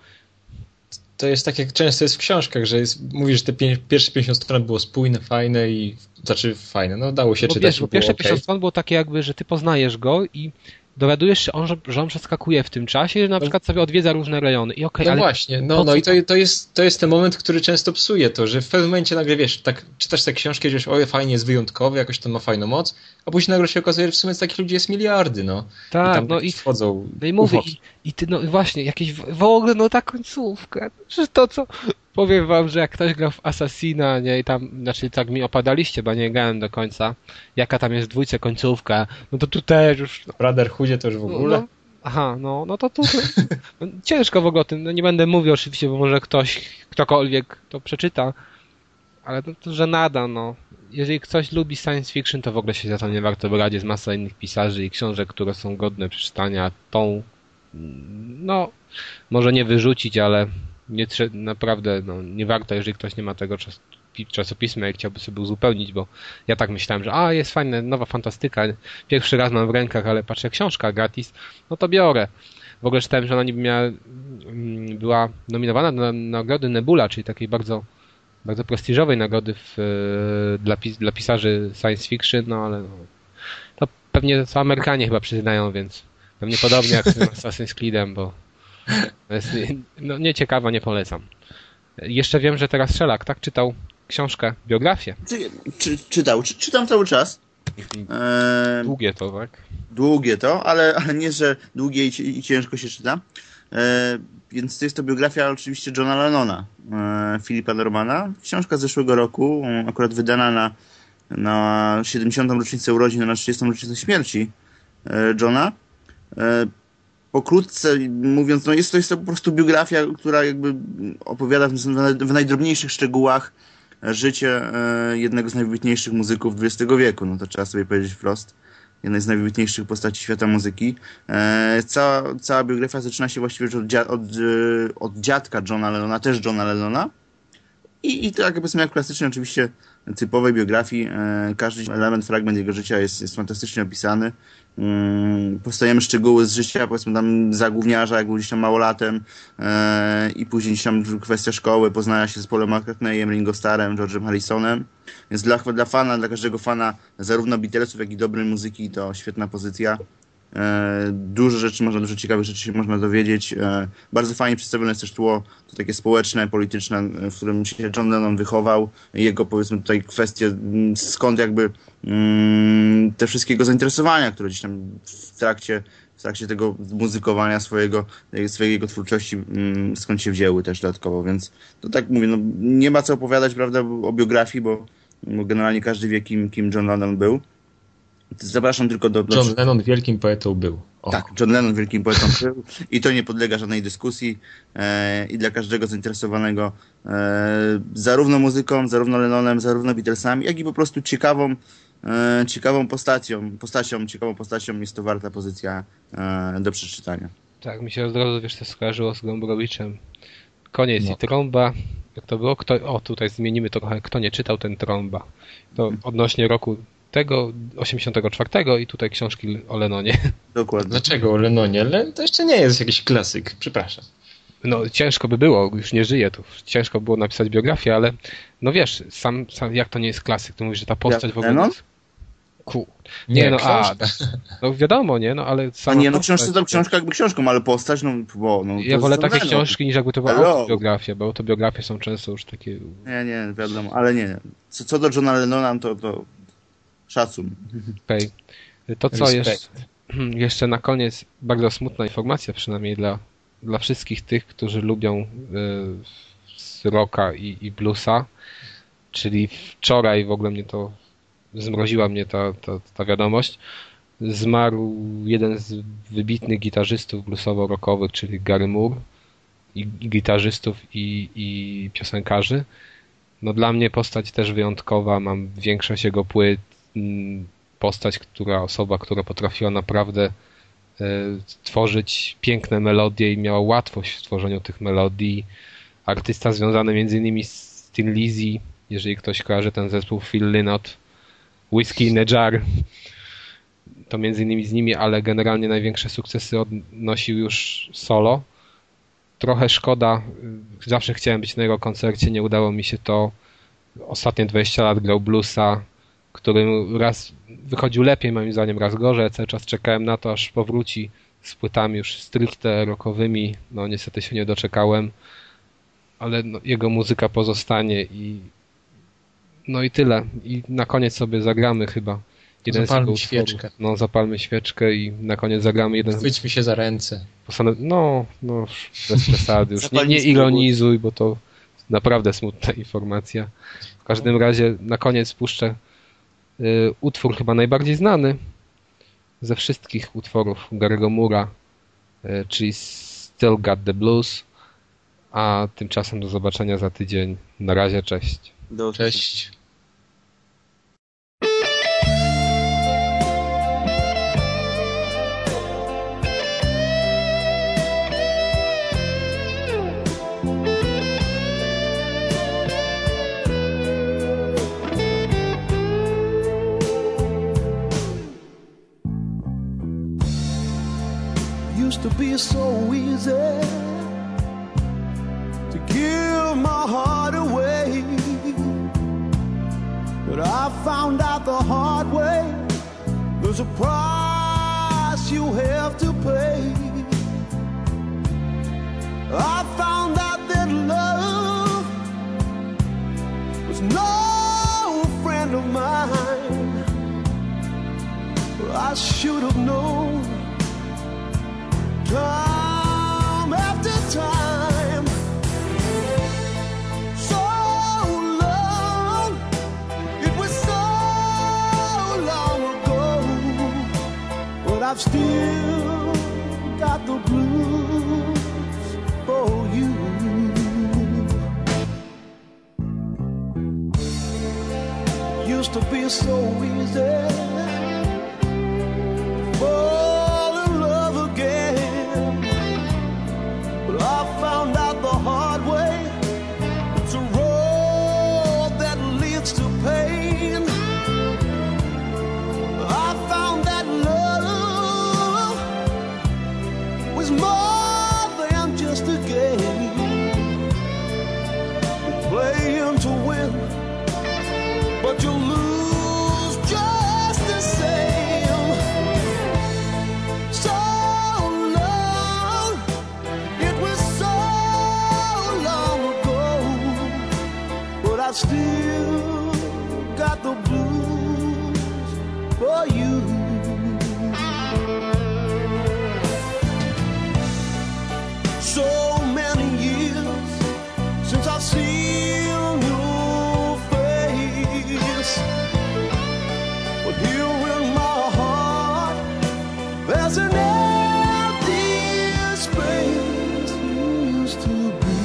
Speaker 2: to jest tak, jak często jest w książkach, że jest, mówisz, że te pię- pierwsze pięćdziesiąt stron było spójne, fajne i znaczy fajne, no dało się
Speaker 1: bo
Speaker 2: czytać.
Speaker 1: Wiesz, bo pierwsze okay. pięćdziesiąt stron było takie jakby, że ty poznajesz go i dowiadujesz się, on, że, że on przeskakuje w tym czasie, że na przykład sobie odwiedza różne rejony. I okay,
Speaker 2: no
Speaker 1: ale
Speaker 2: właśnie, no, no i to, to, jest, to jest ten moment, który często psuje to, że w pewnym momencie nagle, wiesz, tak czytasz tę książkę, że oj, fajnie, jest wyjątkowy, jakoś to ma fajną moc, a później nagle się okazuje, że w sumie z takich ludzi jest miliardy, no.
Speaker 1: Tak,
Speaker 2: I tam
Speaker 1: no i
Speaker 2: wchodzą
Speaker 1: no i mówię, i, i ty, no właśnie, jakieś w, w ogóle, no ta końcówka, że to co, powiem wam, że jak ktoś grał w Assassina, nie, i tam, znaczy tak mi opadaliście, bo nie grałem do końca, jaka tam jest w dwójce końcówka, no to tu też już...
Speaker 2: W Brotherhoodzie to już w ogóle...
Speaker 1: No, aha, no, no to tu... No, ciężko w ogóle o tym, no nie będę mówił oczywiście, bo może ktoś, ktokolwiek to przeczyta, ale to, to żenada, no. Jeżeli ktoś lubi science fiction, to w ogóle się za to nie warto brać, jest masa innych pisarzy i książek, które są godne przeczytania, tą, no, może nie wyrzucić, ale nie trze- naprawdę, no, nie warto, jeżeli ktoś nie ma tego czas- czasopisma i chciałby sobie uzupełnić, bo ja tak myślałem, że a, jest fajne, nowa fantastyka, pierwszy raz mam w rękach, ale patrzę, książka gratis, no to biorę. W ogóle czytałem, że ona niby miała, była nominowana na nagrody Nebula, czyli takiej bardzo bardzo prestiżowej nagrody w, dla, pis, dla pisarzy science fiction, no ale no, to pewnie co Amerykanie chyba przyznają, więc pewnie podobnie jak z Assassin's Creedem, bo jest, no, nieciekawa, nie polecam. Jeszcze wiem, że teraz Szelak, tak, czytał książkę, biografię.
Speaker 3: Czy, czy, czytał, czy, czytam cały czas.
Speaker 1: Długie to, tak?
Speaker 3: Długie to, ale, ale nie, że długie i, i ciężko się czyta. E, więc to jest to biografia oczywiście Johna Lennona, e, Philippa Normana. Książka z zeszłego roku, akurat wydana na, na siedemdziesiątą rocznicę urodzin, na trzydziestą rocznicę śmierci e, Johna. E, pokrótce mówiąc, no jest to, jest to po prostu biografia, która jakby opowiada w, w najdrobniejszych szczegółach życie e, jednego z najwybitniejszych muzyków dwudziestego wieku. No to trzeba sobie powiedzieć wprost. Jednej z najwybitniejszych postaci świata muzyki. E, cała, cała biografia zaczyna się właściwie od, od, od dziadka Johna Lennona, też Johna Lennona. I, i tak powiedzmy jak klasycznie oczywiście typowej biografii, e, każdy element, fragment jego życia jest, jest fantastycznie opisany. Um, Postajemy szczegóły z życia, powiedzmy tam zagłówniarza, jak był gdzieś tam małolatem e, i później gdzieś tam kwestia szkoły, poznania się z Paulem McCartneyem, Ringo Starrem, George'em Harrisonem. Więc dla, dla fana, dla każdego fana zarówno Beatlesów, jak i dobrej muzyki to świetna pozycja. E, dużo rzeczy można, dużo ciekawych rzeczy się można dowiedzieć. E, bardzo fajnie przedstawione jest też tło, to takie społeczne, polityczne, w którym się John Lennon wychował. Jego powiedzmy tutaj kwestie, skąd jakby mm, te wszystkie jego zainteresowania, które gdzieś tam w trakcie, w trakcie tego muzykowania swojego, swojej jego twórczości, mm, skąd się wzięły też dodatkowo. Więc to tak mówię, no, nie ma co opowiadać, prawda, o biografii, bo, bo generalnie każdy wie, kim, kim John Lennon był. Zapraszam tylko do... do...
Speaker 2: John Lennon wielkim poetą był.
Speaker 3: O. Tak, John Lennon wielkim poetą był i to nie podlega żadnej dyskusji e, i dla każdego zainteresowanego e, zarówno muzyką, zarówno Lennonem, zarówno Beatlesami, jak i po prostu ciekawą, e, ciekawą postacią, postacią, ciekawą postacią, jest to warta pozycja e, do przeczytania.
Speaker 1: Tak, mi się od razu, wiesz, to skojarzyło z Gombrowiczem. Koniec
Speaker 2: No.
Speaker 1: i trąba. Jak to było? Kto, o, tutaj zmienimy to trochę. Kto nie czytał, ten trąba. To odnośnie roku tego, osiemdziesiątego czwartego i tutaj książki o Lennonie.
Speaker 3: Dokładnie.
Speaker 2: Dlaczego o Lennonie? Len to jeszcze nie jest jakiś klasyk, przepraszam.
Speaker 1: No ciężko by było, już nie żyje tu. Ciężko było napisać biografię, ale no wiesz, sam, sam jak to nie jest klasyk, to mówisz, że ta postać w ogóle...
Speaker 3: Lennon?
Speaker 1: Ku.
Speaker 2: Nie,
Speaker 1: Nie, no
Speaker 2: książka.
Speaker 1: a, no wiadomo, nie, no ale
Speaker 3: A
Speaker 1: sama
Speaker 3: nie, no
Speaker 1: postać,
Speaker 3: książka to książka jakby książką, ale postać, no bo... No,
Speaker 1: Ja
Speaker 3: to
Speaker 1: wolę
Speaker 3: jest
Speaker 1: takie
Speaker 3: Lennon.
Speaker 1: książki niż jakby to była
Speaker 3: Hello.
Speaker 1: autobiografia, bo autobiografie są często już takie...
Speaker 3: Nie, nie, wiadomo, ale nie. Co, co do Johna Lennona, to, to szacun.
Speaker 1: Okej. To co
Speaker 2: Respekt.
Speaker 1: jeszcze, jeszcze na koniec, bardzo smutna informacja przynajmniej dla, dla wszystkich tych, którzy lubią y, rocka i, i bluesa, czyli wczoraj w ogóle mnie to zmroziła mnie ta, ta, ta wiadomość. Zmarł jeden z wybitnych gitarzystów bluesowo-rockowych, czyli Gary Moore, i, i gitarzystów i, i piosenkarzy. No dla mnie postać też wyjątkowa, mam większość jego płyt, mm, postać, która, osoba, która potrafiła naprawdę e, tworzyć piękne melodie i miała łatwość w tworzeniu tych melodii. Artysta związany między innymi z Thin Lizzy, jeżeli ktoś kojarzy ten zespół, Phil Lynott, Whiskey in a Jar, to między innymi z nimi, ale generalnie największe sukcesy odnosił już solo. Trochę szkoda, zawsze chciałem być na jego koncercie, nie udało mi się to. Ostatnie dwadzieścia lat grał bluesa, którym raz wychodził lepiej, moim zdaniem, raz gorzej. Cały czas czekałem na to, aż powróci z płytami już stricte rockowymi. No niestety się nie doczekałem, ale no, jego muzyka pozostanie i no i tyle. I na koniec sobie zagramy chyba jeden
Speaker 2: Zapalmy
Speaker 1: z jego
Speaker 2: świeczkę.
Speaker 1: utworów. No zapalmy świeczkę i na koniec zagramy jeden z...
Speaker 2: Chwyćmy się za ręce.
Speaker 1: Postanow... No, no, już bez przesady. Już nie, nie
Speaker 3: Zapalnicy
Speaker 1: ironizuj, bo to naprawdę smutna informacja. W każdym razie na koniec puszczę y, utwór chyba najbardziej znany ze wszystkich utworów Gary'ego Moore'a, y, czyli Still Got the Blues. A tymczasem do zobaczenia za tydzień. Na razie, cześć.
Speaker 3: Do usłyszenia.
Speaker 2: Cześć.
Speaker 4: Used to be so easy to give my heart away, but I found out the hard way there's a price you have to pay. I found out that love was no friend of mine. I should have known time after time. So long, it was so long ago, but I've still got the blues for you. Used to be so easy fall in love again, but I found out the hard way it's a road that leads to pain. I found that love was more than just a game, playing to win, but you lose just the same. So long, it was so long ago, but I still got the blues for you. So many years since I've seen your face, but here in my heart there's an empty space you used to be.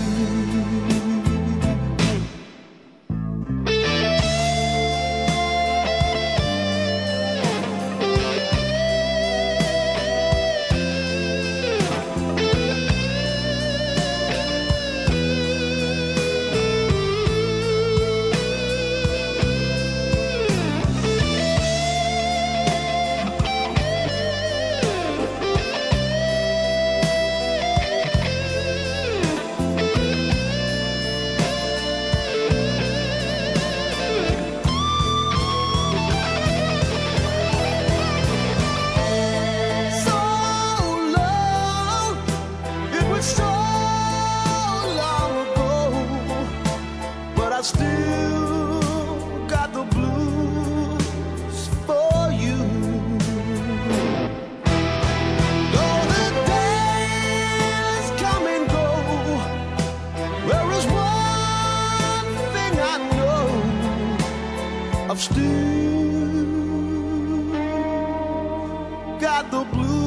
Speaker 4: the blues.